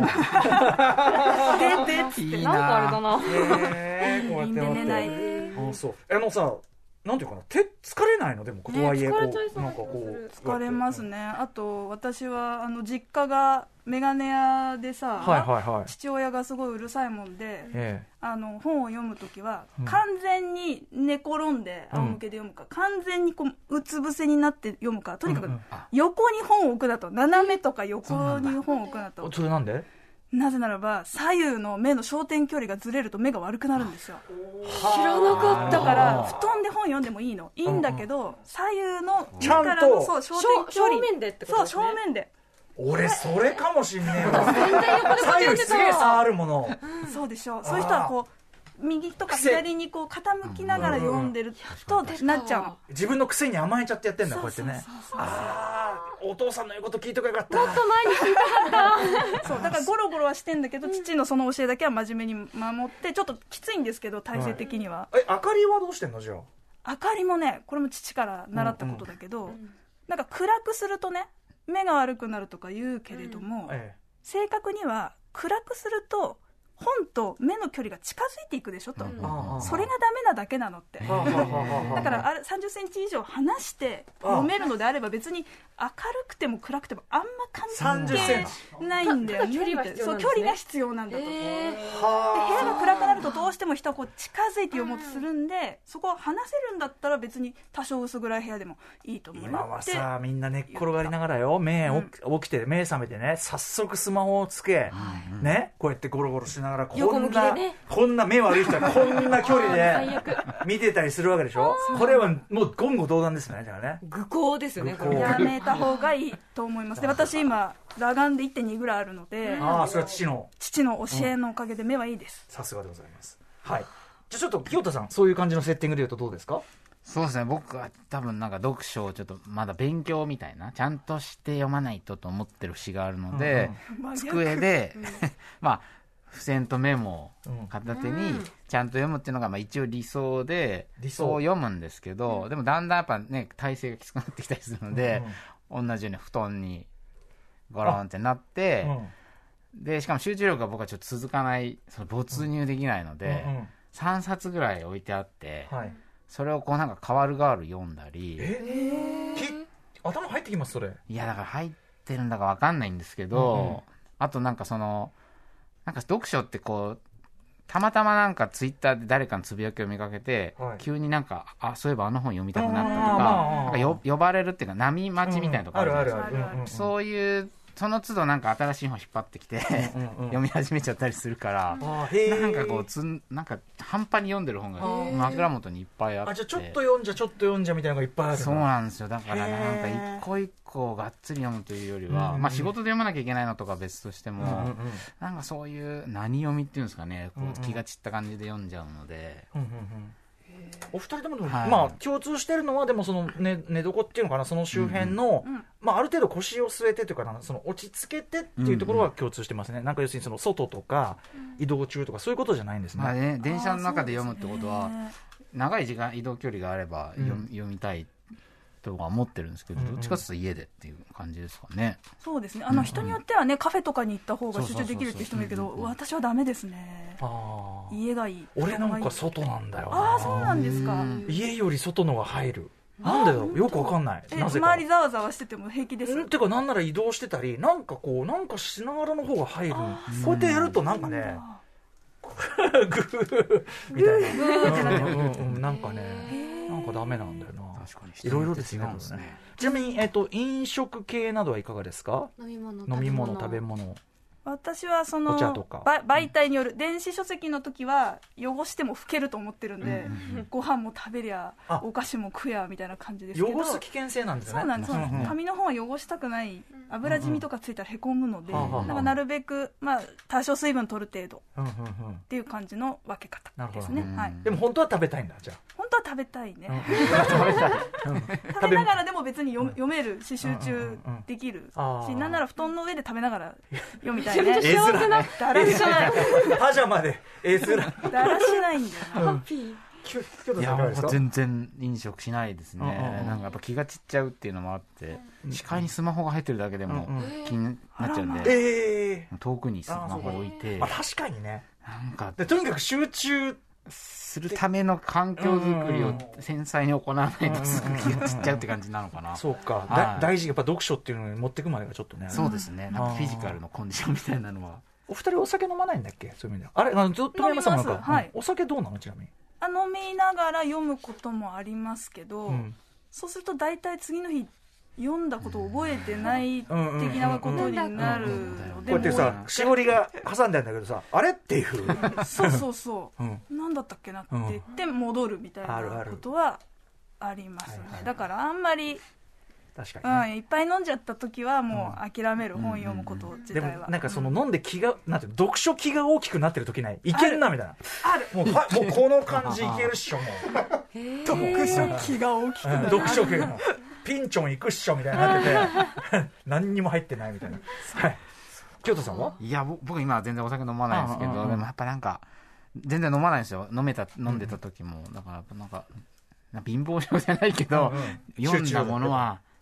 てなんかあれだな。 えー、こうやって寝ない。 あ、そう。あのさ。なんていうかな、手疲れないのでも、とはいえ、 こう、なんかこう疲れますね。あと私はあの実家がメガネ屋でさ、はいはいはい、父親がすごいうるさいもんで、ええ、あの本を読むときは、うん、完全に寝転んで仰向けで読むか、うん、完全にこううつ伏せになって読むか、とにかく横に本を置くだと、斜めとか横に本を置くだと。 それなんで？ なぜならば左右の目の焦点距離がずれると目が悪くなるんですよ。 知らなかった。 だから布団で本読んでもいいの、いいんだけど、左右の目からのそう焦点距離、 正面でってことですね。 そう、正面で。 俺それかもしんねえわ。左右すげえ差あるもの。 そうでしょう。そういう人はこう右とか左にこう傾きながら読んでるとなっちゃうの。 自分の癖に甘えちゃってやってんだ、こうやってね。ああ、お父さんの言うこと聞いとけばよかった。 もっと前に聞いたかった。 そう、だからゴロゴロはしてんだけど、父のその教えだけは真面目に守って、ちょっときついんですけど、体勢的には。 え、あかりはどうしてんのじゃあ。 あかりもね、これも父から習ったことだけど、なんか暗くするとね、目が悪くなるとか言うけれども、正確には暗くすると本と目の距離が近づいていくでしょと、うん、それがダメなだけなのって、うん、だからあれさんじゅっセンチ以上離して読めるのであれば別に明るくても暗くてもあんま関係ないんだよね。距離は必要なんですね。そう、距離が必要なんだと、えー、で部屋が暗くなるとどうしても人はこう近づいて読もうとするんで、そこを離せるんだったら別に多少薄暗い部屋でもいいと思うよ。 今はさみんな寝っ転がりながらよ、目、うん、起きて目覚めてね、早速スマホをつけ、うん、ね、こうやってゴロゴロしながらこんな、ね、こんな目悪い人はこんな距離で見てたりするわけでしょ。これはもう言語道断ですね。じゃあね、 愚行ですよね。これやめた方がいいと思います。で、私今裸眼で いってんに ぐらいあるので、 ああ、それは父の父の教えのおかげで目はいいです。 さすがでございます。はい。じゃあちょっと清田さん、そういう感じのセッティングでいうとどうですか？ そうですね、僕は多分なんか読書をちょっとまだ勉強みたいなちゃんとして読まないとと思ってる節があるので、うんうん、机で、うん、まあ付箋とメモを片手にちゃんと読むっていうのがまあ一応理想で、理想を読むんですけど、うん、でもだんだんやっぱね体勢がきつくなってきたりするので、うんうん、同じように布団にゴロンってなって、うん、でしかも集中力が僕はちょっと続かない、その没入できないので、うんうん、さんさつぐらい置いてあって、はい、それをこうなんか変わる変わる読んだり。 えー、頭入ってきますそれ？ いやだから入ってるんだか分かんないんですけど、うんうん、あとなんかそのなんか読書ってこうたまたまなんかツイッターで誰かのつぶやきを見かけて、はい、急になんかあそういえばあの本読みたくなったとか、なんかよ呼ばれるっていうか波待ちみたいなとこあるじゃないですか。そういうその都度なんか新しい本引っ張ってきてうんうん、うん、読み始めちゃったりするから、なんかこうつんなんか半端に読んでる本が枕元にいっぱいあって、 あ、じゃあちょっと読んじゃちょっと読んじゃみたいなのがいっぱいある。 そうなんですよ。だからなんか一個一個がっつり読むというよりは、うんうん、まあ仕事で読まなきゃいけないのとか別としても、うんうんうん、なんかそういう何読みっていうんですかね、こう気が散った感じで読んじゃうので、うんうんうん、 お二人とも、はい、まあ共通してるのはでもその 寝, 寝床っていうのかな、その周辺の、うんうん、まあ、ある程度腰を据えてというかな、その落ち着けてっていうところは共通してますね、うんうん、なんか要するにその外とか移動中とかそういうことじゃないんですね、 まあね、電車の中で読むってことは長い時間移動距離があれば読、うん、読みたいとは思ってるんですけど、うんうん、どっちかというと家でっていう感じですかね。 そうですね、あの人によってはね、うん、カフェとかに行った方が集中できるって人もいるけど、私はダメですね。あ、家がいい。 俺なんか外なんだよな。 ああ、そうなんですか。 家より外のが入る。なんでだろう、よくわかんない。 え、なぜか周りざわざわしてても平気です。 てかなんなら移動してたりなんかこうなんかしながらの方が入る。こうやってやるとなんかねグーみたいな、なんかね、なんかダメなんだよな。いろいろですね。ちなみに、えっと、飲食系などはいかがですか？ 飲み物、 飲み物、食べ物。 私はそのお茶とか媒体による、電子書籍の時は汚しても拭けると思ってるんで、うんうん、ご飯も食べりゃお菓子も食やみたいな感じですけど、 汚す危険性なんですね。 そうなんです、うんうん、紙の本は汚したくない、油染みとかついたらへこむので、うんうん、なんかなるべく、まあ、多少水分取る程度っていう感じの分け方ですね、はい、 でも本当は食べたいんだ。じゃあ本当は食べたいね、うん、食べたい、うん、食べながらでも別に 読, 読めるし集中できるし、なんなら布団の上で食べながら読みたいね。 幸せなだらしないパジャマで絵面だらしないんだよな、ハッピー。いやもう全然飲食しないですね。なんかやっぱ気が散っちゃうっていうのもあって、視界にスマホが入ってるだけでも気になっちゃうんで、遠くにスマホ置いて、 確かにね、 なんかとにかく集中するための環境づくりを繊細に行わないとすぐ気が散っちゃうって感じなのかな。 そうか、だ大事、やっぱ読書っていうのに持っていくまでがちょっとね。 そうですね、なんかフィジカルのコンディションみたいなのは。 お二人お酒飲まないんだっけ？そういう意味では。あれ、あのずっと飲みますもんか、はい、お酒どうなの？ちなみにあ、飲みながら読むこともありますけど、うん、そうすると大体次の日読んだことを覚えてない的なことになるので、 こうやってさ、しおりが挟んであるんだけどさ、あれっていうそうそうそう、うん、なんだったっけなって言って戻るみたいなことはありますね。だからあんまり確かに、ね、 うん、いっぱい飲んじゃった時はもう諦める、うん、本読むこと自体は、 でもなんかその飲んで気が、なんていうの、読書気が大きくなってる時ない、いけるなみたいな、 あるもう、はもうこの感じいけるっしょ、もう読書気が大きくなる、 読書気がピンチョンいくっしょみたいになってて何にも入ってないみたいな。はい、京都さんは？ いや僕今は全然お酒飲まないんですけど、でもやっぱなんか全然飲まないんですよ。飲めた飲んでた時も、だからなんか貧乏症じゃないけど、うんうん、読んだものは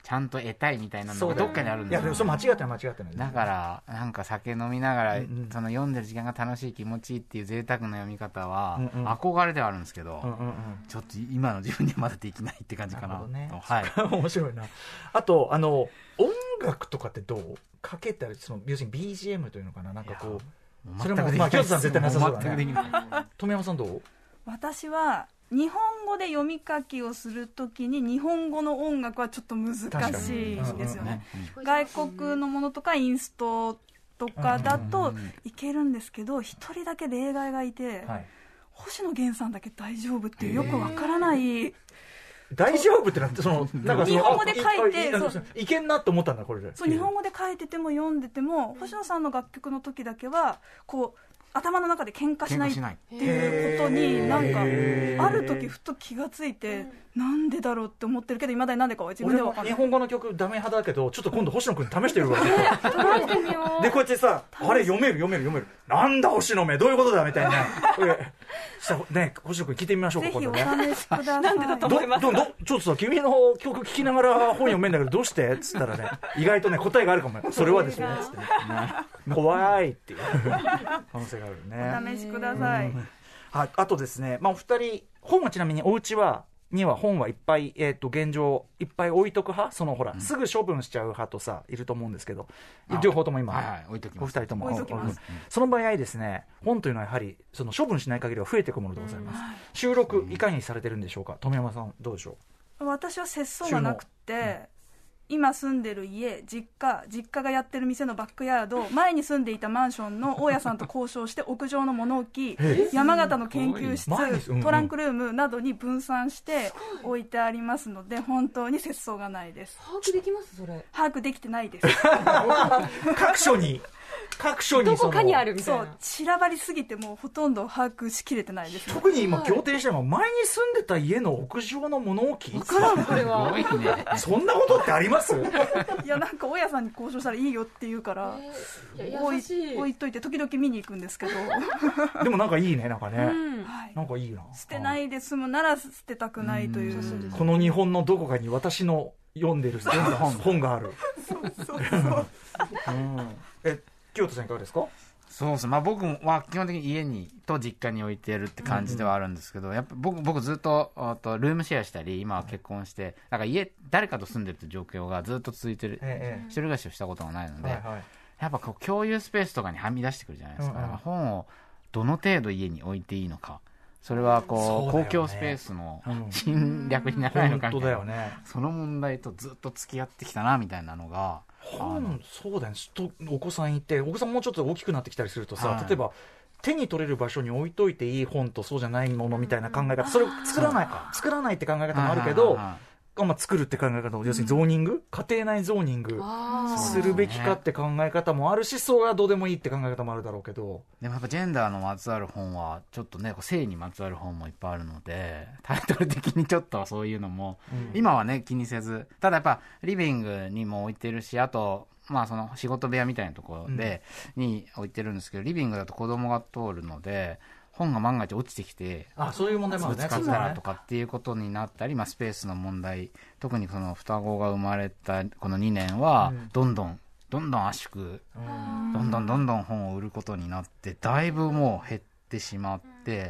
ちゃんと得たいみたいなのがどっかにあるんですよ、 いやでもそれ間違ってない間違ってない。 だからなんか酒飲みながら、うんうん、その読んでる時間が楽しい気持ちいいっていう贅沢な読み方は、うんうん、憧れではあるんですけど、うんうんうん、ちょっと今の自分にはまだできないって感じかな。なるほどね、はい、 面白いな。あとあの音楽とかってどうかけたり、その要するに ビージーエム というのかな、なんかこう、それもまあ京都さん絶対なさそうだね。富山さんどう？ 私は日本語で読み書きをするときに日本語の音楽はちょっと難しいんですよね。外国のものとかインストとかだといけるんですけど、一人だけ例外がいて、はい、星野源さんだけ大丈夫っていうよくわからない。 大丈夫ってなって、そのなんかその日本語で書いてい, い, いけんなと思ったんだこれで。 そう、日本語で書いてても読んでても、星野さんの楽曲の時だけはこう頭の中で喧嘩しないっていうことになんかある時ふと気がついて、なんでだろうって思ってるけど、いまだになんでかは自分では分かんない。 日本語の曲ダメ派だけど、ちょっと今度星野君試してるわけで、こうやってさ、あれ読める読める読める、なんだ星野目どういうことだみたいなね、星野君聞いてみましょうか。 ぜひお試しください。なんでだと思いますか。どどちょっとさ、君の曲聴きながら本読めんだけどどうしてっつったらね、意外とね答えがあるかも。それはですねつって、ね、怖いっていう可能性があるね。 お試しください。 あ, あとですね、まあ、お二人本はちなみにお家はには本はいっぱい、えー、と現状いっぱい置いとく派、そのほら、うん、すぐ処分しちゃう派とさいると思うんですけど、両方とも今、 はいはい、置いときます。 お二人とも置いときます。 その場合ですね、本というのはやはりその処分しない限りは増えていくものでございます。収録いかにされてるんでしょうか。富山さんどうでしょう。私は節操がなくて、今住んでる家、実家、実家がやってる店のバックヤード、前に住んでいたマンションの大家さんと交渉して屋上の物置、山形の研究室、トランクルームなどに分散して置いてありますので、本当に節操がないです。 把握できます？それ把握できてないです各所に各所にどこかにあるみたいな。 そう、散らばりすぎてもうほとんど把握しきれてないです、ね、 特に今仰天しても前に住んでた家の屋上の物置、 分からんこれはすごいね。 そんなことってありますいや、なんか大家さんに交渉したらいいよって言うから、えー、置い置いといて時々見に行くんですけどでもなんかいいね、なんかね、うん、なんかいいな。 捨てないで済むなら捨てたくないという、うこの日本のどこかに私の読んでる本, 本があるそうそうそう、 うん、え清田さんいかがですか。 そうですね、まあ、僕は基本的に家にと実家に置いてるって感じではあるんですけど、うんうん、やっぱ 僕, 僕ずっととルームシェアしたり、今は結婚してなんか家誰かと住んでるって状況がずっと続いてる、ええ、一人暮らしをしたことがないので、はいはい、やっぱこう共有スペースとかにはみ出してくるじゃないですか、うんうん、本をどの程度家に置いていいのか、それはこう公共スペースの侵略にならないのかみたいな、うんね、その問題とずっと付き合ってきたなみたいなのが。 本、そうだね、お子さんいて、お子さんもうちょっと大きくなってきたりするとさ、はい、例えば手に取れる場所に置いといていい本とそうじゃないものみたいな考え方、それを作らない作らないって考え方もあるけど、まあ、作るって考え方を、要するにゾーニング、家庭内ゾーニングするべきかって考え方もあるし、それはどうでもいいって考え方もあるだろうけど、 でもやっぱジェンダーのまつわる本はちょっとね、性にまつわる本もいっぱいあるので、タイトル的にちょっとそういうのも、うん、今はね気にせず、ただやっぱリビングにも置いてるし、あとまあその仕事部屋みたいなところで、うん、に置いてるんですけど、リビングだと子供が通るので本が万が一落ちてきて、 あ、そういう問題もあるね、 ぶつかったらとかっていうことになったり、まあ、スペースの問題、特にその双子が生まれたこのにねんはどんどんどんどん圧縮、うん、どんどんどんどん本を売ることになって、だいぶもう減ってしまって、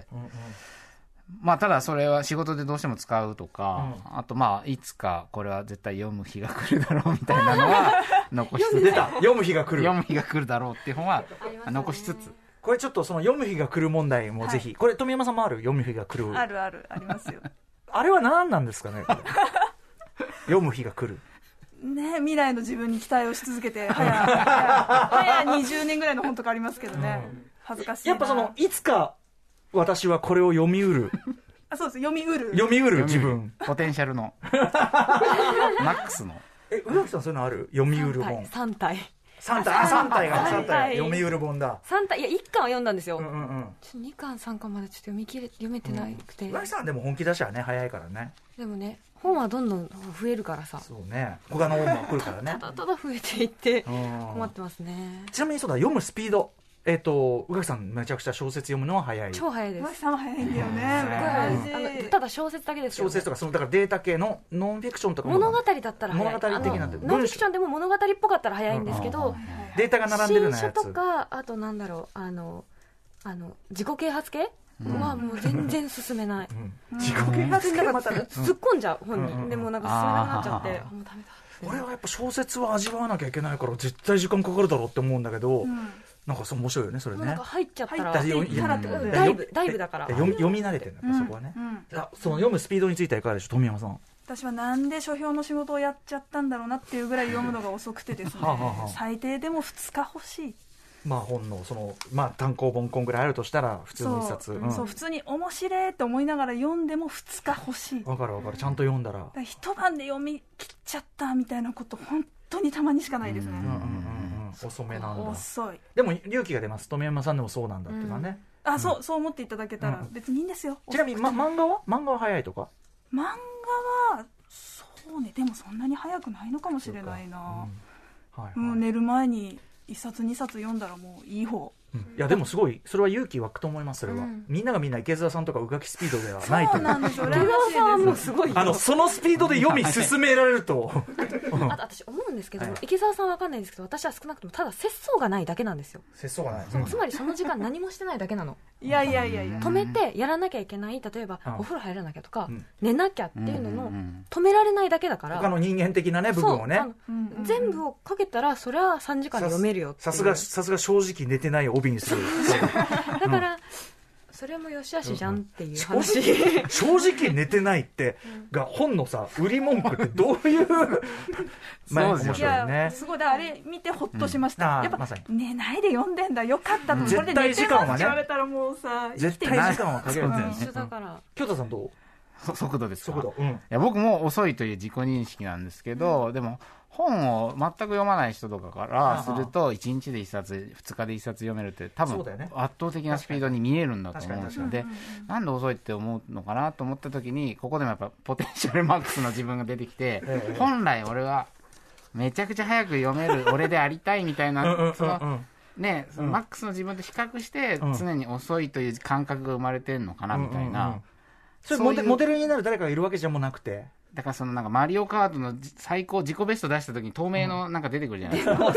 うんうん、まあ、ただそれは仕事でどうしても使うとか、うん、あとまあいつかこれは絶対読む日が来るだろうみたいなのは残しつつ出た読む日が来る読む日が来るだろうっていう本は残しつつ、 これちょっとその読む日が来る問題もぜひ、はい、これ富山さんもある、読む日が来る、 あるあるありますよあれは何なんですかね読む日が来るね、未来の自分に期待をし続けて早早にじゅうねんぐらいの本とかありますけどね、うん、恥ずかしいな。 やっぱそのいつか私はこれを読みうるあ、そうです、読みうる読みうる自分、 ポテンシャルのマックスの。 え、宇垣さんそういうのある？読みうる本さん体さん体あ、さん体がさん体読みうる本だ。 さん体、いやいっかんは読んだんですよ、 うんうんうん、 ちょにかんさんかんまでちょっと読み切れ読めてなくて、 宇垣さんでも本気出しはね早いからね。 でもね、本はどんどん増えるからさ、 そうね、他の本も来るからねただただ増えていって困ってますね。 ちなみにそうだ、読むスピードえっ、ー、と宇垣さんめちゃくちゃ小説読むのは早い。 超早いです。 宇垣さんは早いんだよね。 あのただ小説だけですよ、ね、 小説とかそのだからデータ系のノンフィクションとか物語だったら早い。 物語的なってノンフィクションでも物語っぽかったら早いんですけど、うん、 データが並んでるようなやつ新書とかあとなんだろうあのあの自己啓発系はもう全然進めない、 うん、自己啓発系また突っ込んじゃう本に、うん、でもなんか進めなくなっちゃって、うん、もうダメだ。 俺はやっぱ小説は味わわなきゃいけないから絶対時間かかるだろうって思うんだけど、うん、なんかそう面白いよねそれね。 なんか入っちゃったら入ったってことでだいぶだいぶだから読み、読み慣れてるんだ、うん、そこはね、うん、あその読むスピードについてはいかがでしょう富山さん。 私はなんで書評の仕事をやっちゃったんだろうなっていうぐらい読むのが遅くてですねはあはあ、最低でもふつか欲しい。 まあ本のその、まあ、単行本今ぐらいあるとしたら普通の一冊、 そう、 うん、 そう普通に面白いって思いながら読んでもふつか欲しい。 わかるわかるちゃんと読んだら、だから一晩で読み切っちゃったみたいなこと本当にたまにしかないですね。 うんうんうんうん、遅めなんだ。 遅い。 でも勇気が出ます。富山さんでもそうなんだっていうのはね、 うん、あ、そう、そう思っていただけたら別にいいんですよ。 ちなみに、ま、漫画は漫画は早いとか。 漫画はそうね、でもそんなに早くないのかもしれないな、うんはいはい、もう寝る前にいっさつにさつ読んだらもういい方、 うん、いやでもすごいそれは勇気湧くと思います。それは、うん、みんながみんな池澤さんとか宇垣スピードではないと思う。そうなんですよ。 池澤さんはもうすごいあのそのスピードで読み進められるとあと私思うんですけど、はい、池澤さんは分かんないんですけど私は少なくともただ節操がないだけなんですよ。 節操がない、 そう、つまりその時間何もしてないだけなのいやいやいやいや止めてやらなきゃいけない例えば、うん、お風呂入らなきゃとか、うん、寝なきゃっていうのの止められないだけだから他の人間的なね部分をね、 うんうん、全部をかけたらそれはさんじかんで読めるよっていう。 さすがさすが正直寝てない帯にするだから、うん、それも良し悪しじゃんっていう話、 正直、正直寝てないってが本のさ売り文句ってどういうまあ面白いね。すごいだあれ見てホッとしました、うん、やっぱ、ま、寝ないで読んでんだよかったと、うん、 絶対時間はね言われたらもうさ絶対時間はかけるんだよね。 一緒だから京太さんどう速度ですか。 速度、うん、いや僕も遅いという自己認識なんですけど、うん、でも本を全く読まない人とかからするといちにちでいっさつふつかでいっさつ読めるって多分圧倒的なスピードに見えるんだと思うんですよ。でなんで遅いって思うのかなと思った時にここでもやっぱポテンシャルマックスの自分が出てきて本来俺はめちゃくちゃ早く読める俺でありたいみたいなそのねそのマックスの自分と比較して常に遅いという感覚が生まれてるのかなみたいな。 それモデ、モデルになる誰かがいるわけじゃもなくてだからそのなんかマリオカートの最高自己ベスト出した時に透明のなんか出てくるじゃないですか、うん、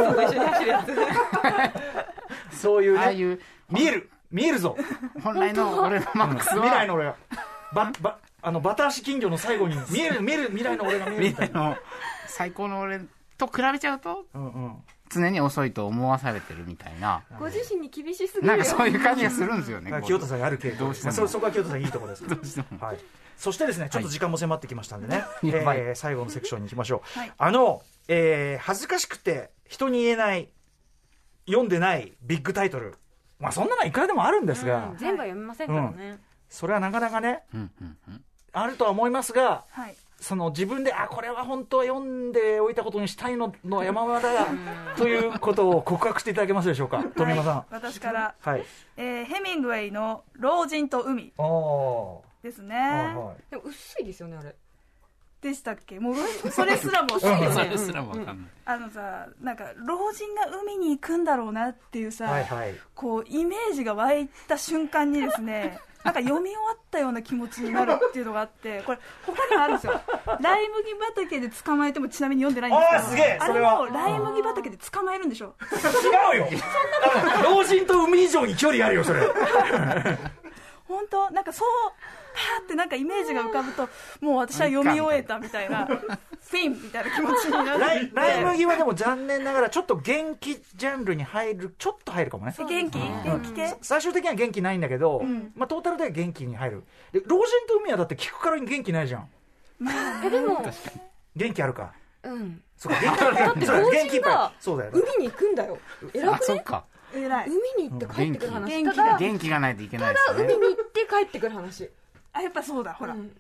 そういうねああいう見える見えるぞ本来の俺のマックスは、うん、 未来の俺がババあのバタ足金魚の最後に見える見える未来の俺が見えるみたいな最高の俺と比べちゃうと、うんうん、常に遅いと思わされてるみたいなご自身に厳しすぎるよなんかそういう感じがするんですよね清田さんある傾向です、まあ、そ, そこは清田さんいいところですどうしても、はい、そしてですねちょっと時間も迫ってきましたんでね、はいえー、最後のセクションに行きましょう、はい、あの、えー、恥ずかしくて人に言えない読んでないビッグタイトル、まあそんなのいくらでもあるんですが、 うん、全部は読めませんからね、うん、 それはなかなかね、うんうんうん、あるとは思いますが、はいその自分であこれは本当は読んでおいたことにしたいのの山場だということを告白していただけますでしょうか富山さん、はい、 私から、はいえー、ヘミングウェイの老人と海ですね、はいはい、でも薄いですよねあれでしたっけもうそれすらも薄いよねそれすらも分かんない、うん、 あのさなんか老人が海に行くんだろうなっていうさ、はいはい、こうイメージが湧いた瞬間にですねなんか読み終わったような気持ちになるっていうのがあってこれ他にもあるんですよライ麦畑で捕まえてもちなみに読んでないんですけどあすげえそれはあれもライ麦畑で捕まえるんでしょ違うよ老人と海以上に距離あるよそれ本当なんかそうパーってなんかイメージが浮かぶともう私は読み終えたみたいなフィンみたいな気持ちになるライ, ライ麦はでも残念ながらちょっと元気ジャンルに入るちょっと入るかもね元気元気系最終的には元気ないんだけど、うんまあ、トータルでは元気に入るで老人と海はだって聞くからに元気ないじゃん、 まあ、えでも元気あるかうんそうか元気あるだって老人がそうだよ、 ね、海に行くんだよ偉くねあそっか偉い海に行って帰ってくる話、 うん、元気元気がないといけないですねただ海に行って帰ってくる話あやっぱそうだほら、うん、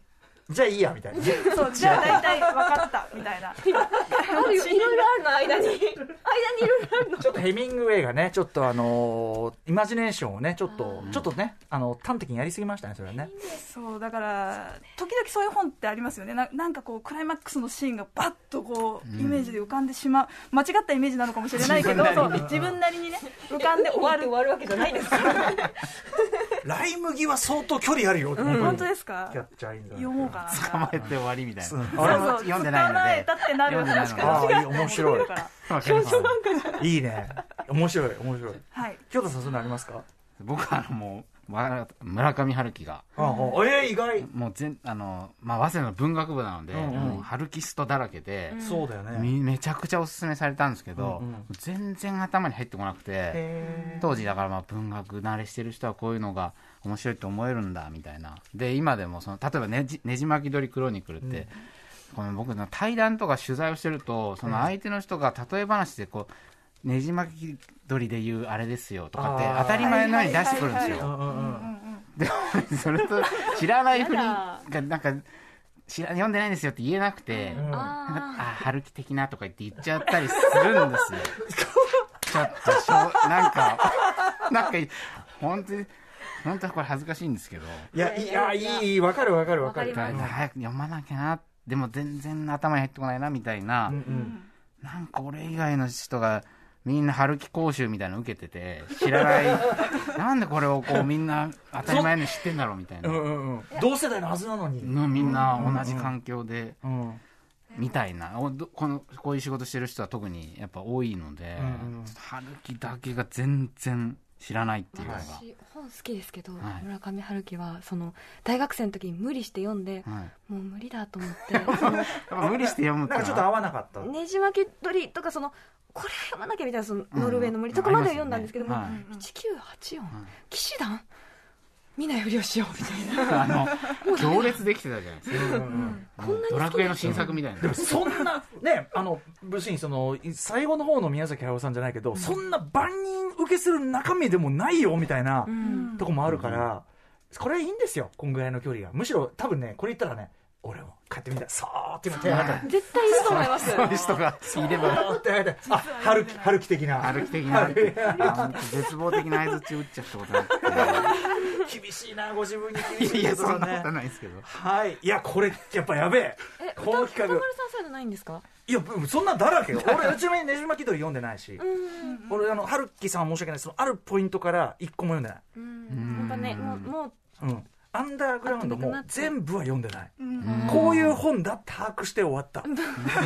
じゃあいいやみたいなそうじゃあ大体分かったみたいないろいろあるの間に間にいろいろあるの。 ちょっとヘミングウェイがねちょっとあのー、イマジネーションをねちょっとちょっとねあの端的にやりすぎましたねそれはね。 そうだから時々そういう本ってありますよね。 な, なんかこうクライマックスのシーンがバッとこうイメージで浮かんでしまう、うん、間違ったイメージなのかもしれないけどそう自分なりにね浮かんで終わる終わるわけじゃないですからライ麦は相当距離あるよ、 うん、本当ですか。 キャッチャーイン読もうかな。 捕まえて終わりみたいな。 そうそう俺も読んでないので捕まえたってなる。確かに面白いいいね面白い面白い、はい、京都さんそんなありますか。 僕はあのもう村上春樹がああえー、意外もう全あの、まあ、早稲田の文学部なので、うんうん、もう春樹ストだらけで、 うん、そうだよねめちゃくちゃおすすめされたんですけど、うんうん、全然頭に入ってこなくて当時だからまあ文学慣れしてる人はこういうのが面白いと思えるんだみたいなで今でもその例えばねじねじ巻き鳥クロニクルって、うん、この僕の対談とか取材をしてるとその相手の人が例え話でこうねじ巻き鳥で言うあれですよとかって当たり前のように出してくるんですよ。でもそれと知らないふりがなんか知ら読んでないんですよって言えなくて、うん、ああ春樹的なとか言って言っちゃったりするんですよちょっとしょなんかなんか本当に本当はこれ恥ずかしいんですけどいやいやいいわかるわかるわかる早く読まなきゃなでも全然頭に入ってこないなみたいな、うんうん、なんか俺以外の人がみんな春樹講習みたいなの受けてて知らないなんでこれをこうみんな当たり前に知ってんだろうみたいな、うんうんうん、 同世代のはずなのにみんな同じ環境で、うんうん、みたいなこのこういう仕事してる人は特にやっぱ多いので、うんうん、春樹だけが全然知らないっていうのが私本好きですけど、はい、村上春樹はその大学生の時に無理して読んで、はい、もう無理だと思って無理して読むってなんかちょっと合わなかったねじ巻き鳥とかそのこれ読まなきゃみたいなそのノルウェーの森とかまでは読んだんですけども、うんねはい、いちきゅうはちよん、うん、騎士団見ないふりをしようみたいなあの行列できてたじゃないですか、うんうん、こんなにドラクエの新作みたいな。 でもそんなねあの別にその最後の方の宮崎駿さんじゃないけど、うん、そんな万人受けする中身でもないよみたいな、うん、とこもあるから、うん、これいいんですよこんぐらいの距離が。むしろ多分ねこれ言ったらね俺も帰ってみたそうって今手が絶対いると思いますそういう人がいればあ春樹春樹的な春樹的な絶望的な相槌打っちゃったことなって厳しいなご自分に厳しい、ね、 いやそんなことないですけどはいいやこれやっぱやべええこの企画歌丸さんそういうのないんですか。 いやそんなだらけよ俺ちなみにねじ巻き鳥読んでないしうん俺あの春樹さんは申し訳ないそのあるポイントから一個も読んでないうん本当ねもうもう、 うんアンダーグラウンドも全部は読んでない、うん、こういう本だって把握して終わったうん、うん、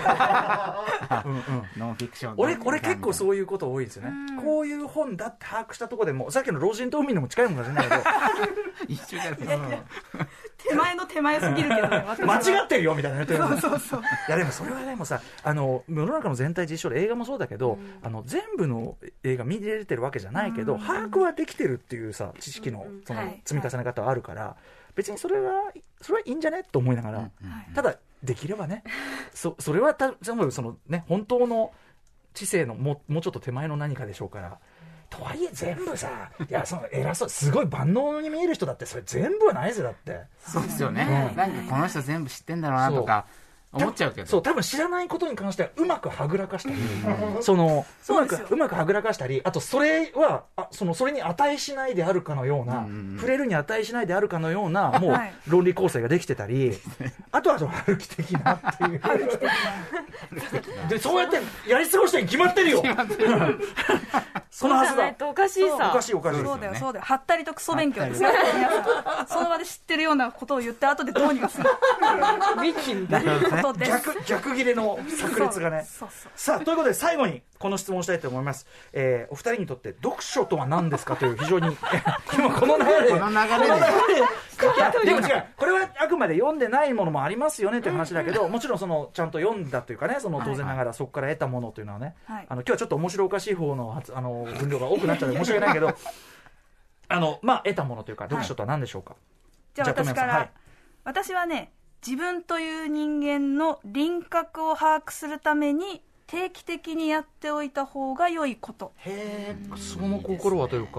ノンフィクション俺, 俺結構そういうこと多いですよね、うん、こういう本だって把握したところでもさっきの老人と海にも近いものかもしれないけど一緒じゃないですか、うん、手前の手前すぎるけどね間違ってるよみたいなそうそうそういやでもそれはでもさあの世の中の全体実証で映画もそうだけど、うん、あの全部の映画見れてるわけじゃないけど、うん、把握はできてるっていうさ知識 の, その積み重ね方はあるから、はい別にそれはそれはいいんじゃねと思いながら、うんうん、ただできればね そ, それはたその、ね、本当の知性の も, もうちょっと手前の何かでしょうからとはいえ全部さいやその偉そうすごい万能に見える人だってそれ全部はないぜだってそうですよね、うん、なんかこの人全部知ってんだろうなとか思っちゃうけどそう多分知らないことに関してはうまくはぐらかしたり、うん、そのうまくうまくはぐらかしたりあとそれはあそのそれに値しないであるかのような、うんうん、触れるに値しないであるかのようなもう論理構成ができてたりあとはその春樹的なっていうでそうやってやり過ごしたに決まってるよそのはずだおかしいさおかしいおかしいそうだよそうだよはったりとクソ勉強ですねその場で知ってるようなことを言って後でどうにかするビキンだ逆, 逆切れの炸裂がねそうそうそうさあということで最後にこの質問をしたいと思います、えー、お二人にとって読書とは何ですかという非常に今この流れでこの流れででも違うこれはあくまで読んでないものもありますよねという話だけどもちろんそのちゃんと読んだというかねその当然ながらそこから得たものというのはね、はい、あの今日はちょっと面白おかしい方 の, あの分量が多くなっちゃって申し訳ないけどあのまあ得たものというか読書とは何でしょうか、はい、 じゃあ私から、はい、私はね自分という人間の輪郭を把握するために定期的にやっておいた方が良いこと。 へえその心はというか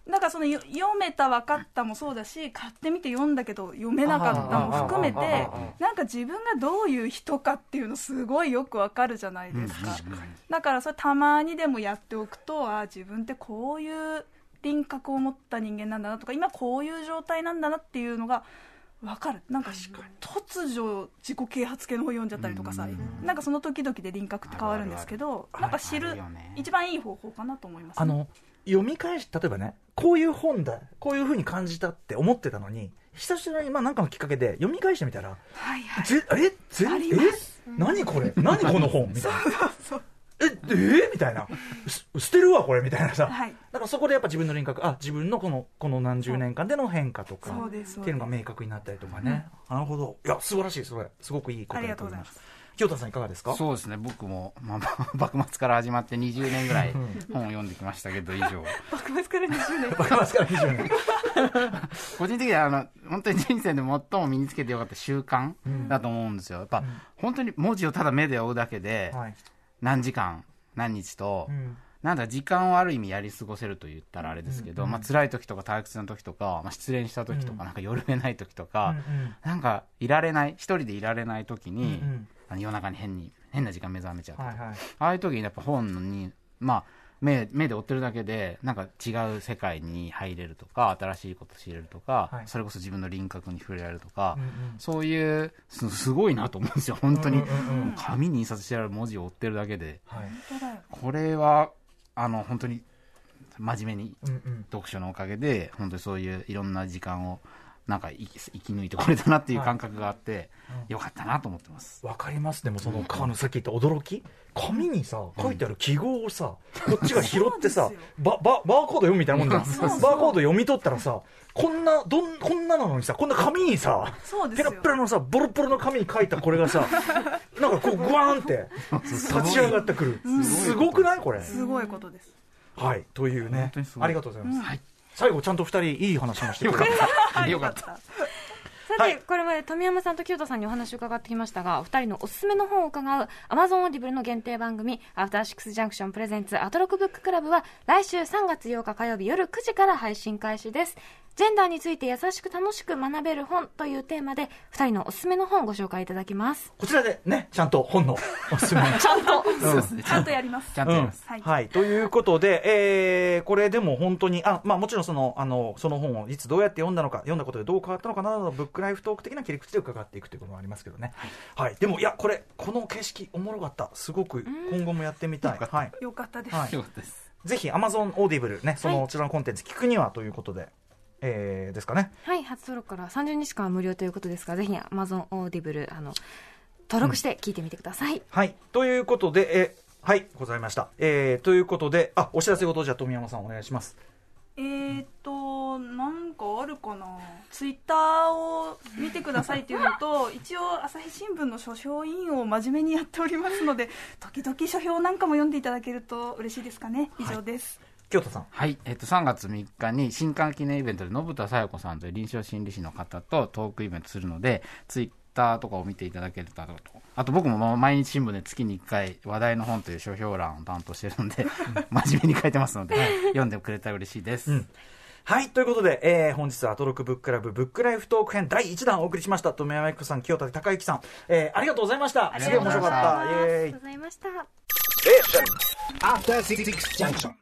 なんかその読めた分かったもそうだし、買ってみて読んだけど読めなかったも含めて、なんか自分がどういう人かっていうのすごいよく分かるじゃないですか。だからそれたまにでもやっておくと、あ自分ってこういう輪郭を持った人間なんだなとか、今こういう状態なんだなっていうのが分かる。なんか突如自己啓発系の本読んじゃったりとかさ、なんかその時々で輪郭って変わるんですけど、なんか知る一番いい方法かなと思います、ね。 あの読み返し、例えばね、こういう本だ、こういう風に感じたって思ってたのに、久しぶりにまあ何かのきっかけで読み返してみたら、 はいはい、 ぜえぜえ何これ何この本みたいなそうそうそうええみたいな、捨てるわこれみたいなさ、 はい、 だからそこでやっぱ自分の輪郭、あ自分のこのこの何十年間での変化とかそうですっていうのが明確になったりとかね、うん、なるほど、いや素晴らしい、それすごくいいことだと思います。清田さんいかがですか？ そうですね、僕も、まあ、幕末から始まってにじゅうねんぐらい本を読んできましたけど以上幕末からにじゅうねん幕末からにじゅうねん個人的にはあの本当に人生で最も身につけてよかった習慣だと思うんですよ。やっぱ、うん、本当に文字をただ目で追うだけで、はい、何時間何日と、うん、なんだ時間をある意味やり過ごせると言ったらあれですけど、うんうんまあ辛い時とか退屈な時とか、まあ、失恋した時とか、うん、なんか夜寝ない時とか、うんうん、なんかいられない一人でいられない時に、うんうん夜中に変に変な時間目覚めちゃうとか、はいはい、ああいう時にやっぱ本に、まあ、目, 目で追ってるだけでなんか違う世界に入れるとか新しいこと知れるとか、はい、それこそ自分の輪郭に触れられるとか、うんうん、そういう す, すごいなと思うんですよ本当に、うんうんうん、紙に印刷してある文字を追ってるだけで、はい、これはあの本当に真面目に読書のおかげで本当にそういういろんな時間をなんか生き、生き抜いてこれたなっていう感覚があって、はいうん、よかったなと思ってます。 わかります。でもその、うん、あのさっき言った驚き、紙にさ書いてある記号をさ、うん、こっちが拾ってさバ, バ, バーコード読むみたいなもんだバーコード読み取ったらさこんなどんこんななのにさこんな紙にさペラペラのさボロボロの紙に書いたこれがさなんかこうグワーンって立ち上がってくる、うん、すごくないこれ。 すごいことです。 はいというねありがとうございます、うんはい最後ちゃんとふたりいい話もしてくれたよかったさて、はい、これまで富山さんと清田さんにお話を伺ってきましたが、お二人のおすすめの本を伺う Amazon Audible の限定番組アフターシックスジャンクションプレゼンツアトロクブッククラブは来週さんがつようか火曜日夜くじから配信開始です。ジェンダーについて優しく楽しく学べる本というテーマでふたりのおすすめの本をご紹介いただきます。 こちらでねちゃんと本のおすすめちゃんと、うん、ちゃんとやりますちゃんとやります、 うん、はい、はい、ということで、えー、これでも本当にあ、まあ、もちろんその、あのその本をいつどうやって読んだのか読んだことでどう変わったのかなどのブックライフトーク的な切り口で伺っていくということもありますけどね、はいはい、でもいやこれこの景色おもろかった。すごく今後もやってみたい。 よかった、はい、よかったです、はい、 よかったです。 ぜひ Amazon Audible ねそのこちらのコンテンツ聞くにはということで、えー、ですかね。 はい、初登録からさんじゅうにちかん無料ということですが、ぜひ Amazon Audible あの登録して聞いてみてください、うん、 はいということでえはいございました、えー、ということであお知らせごとじゃあ富山さんお願いします。 えーっとなんかあるかな。ツイッターを見てくださいっていうのと一応朝日新聞の書評委員を真面目にやっておりますので時々書評なんかも読んでいただけると嬉しいですかね。以上です、はい京都さん。 はい、えっと、さんがつみっかに新刊記念イベントで信田紗代子さんという臨床心理士の方とトークイベントするのでツイッターとかを見ていただけると、あと僕も毎日新聞で月にいっかい話題の本という書評欄を担当しているので真面目に書いてますので読んでくれたら嬉しいです、うん、 はいということで、えー、本日はアトロクブッククラブブックライフトーク編だいいちだんをお送りしました。富山由紀子さん清田孝之さん、えー、ありがとうございました。 ありがとうございました。 すげえ面白かった。 ありがとうございました。 After Six Junction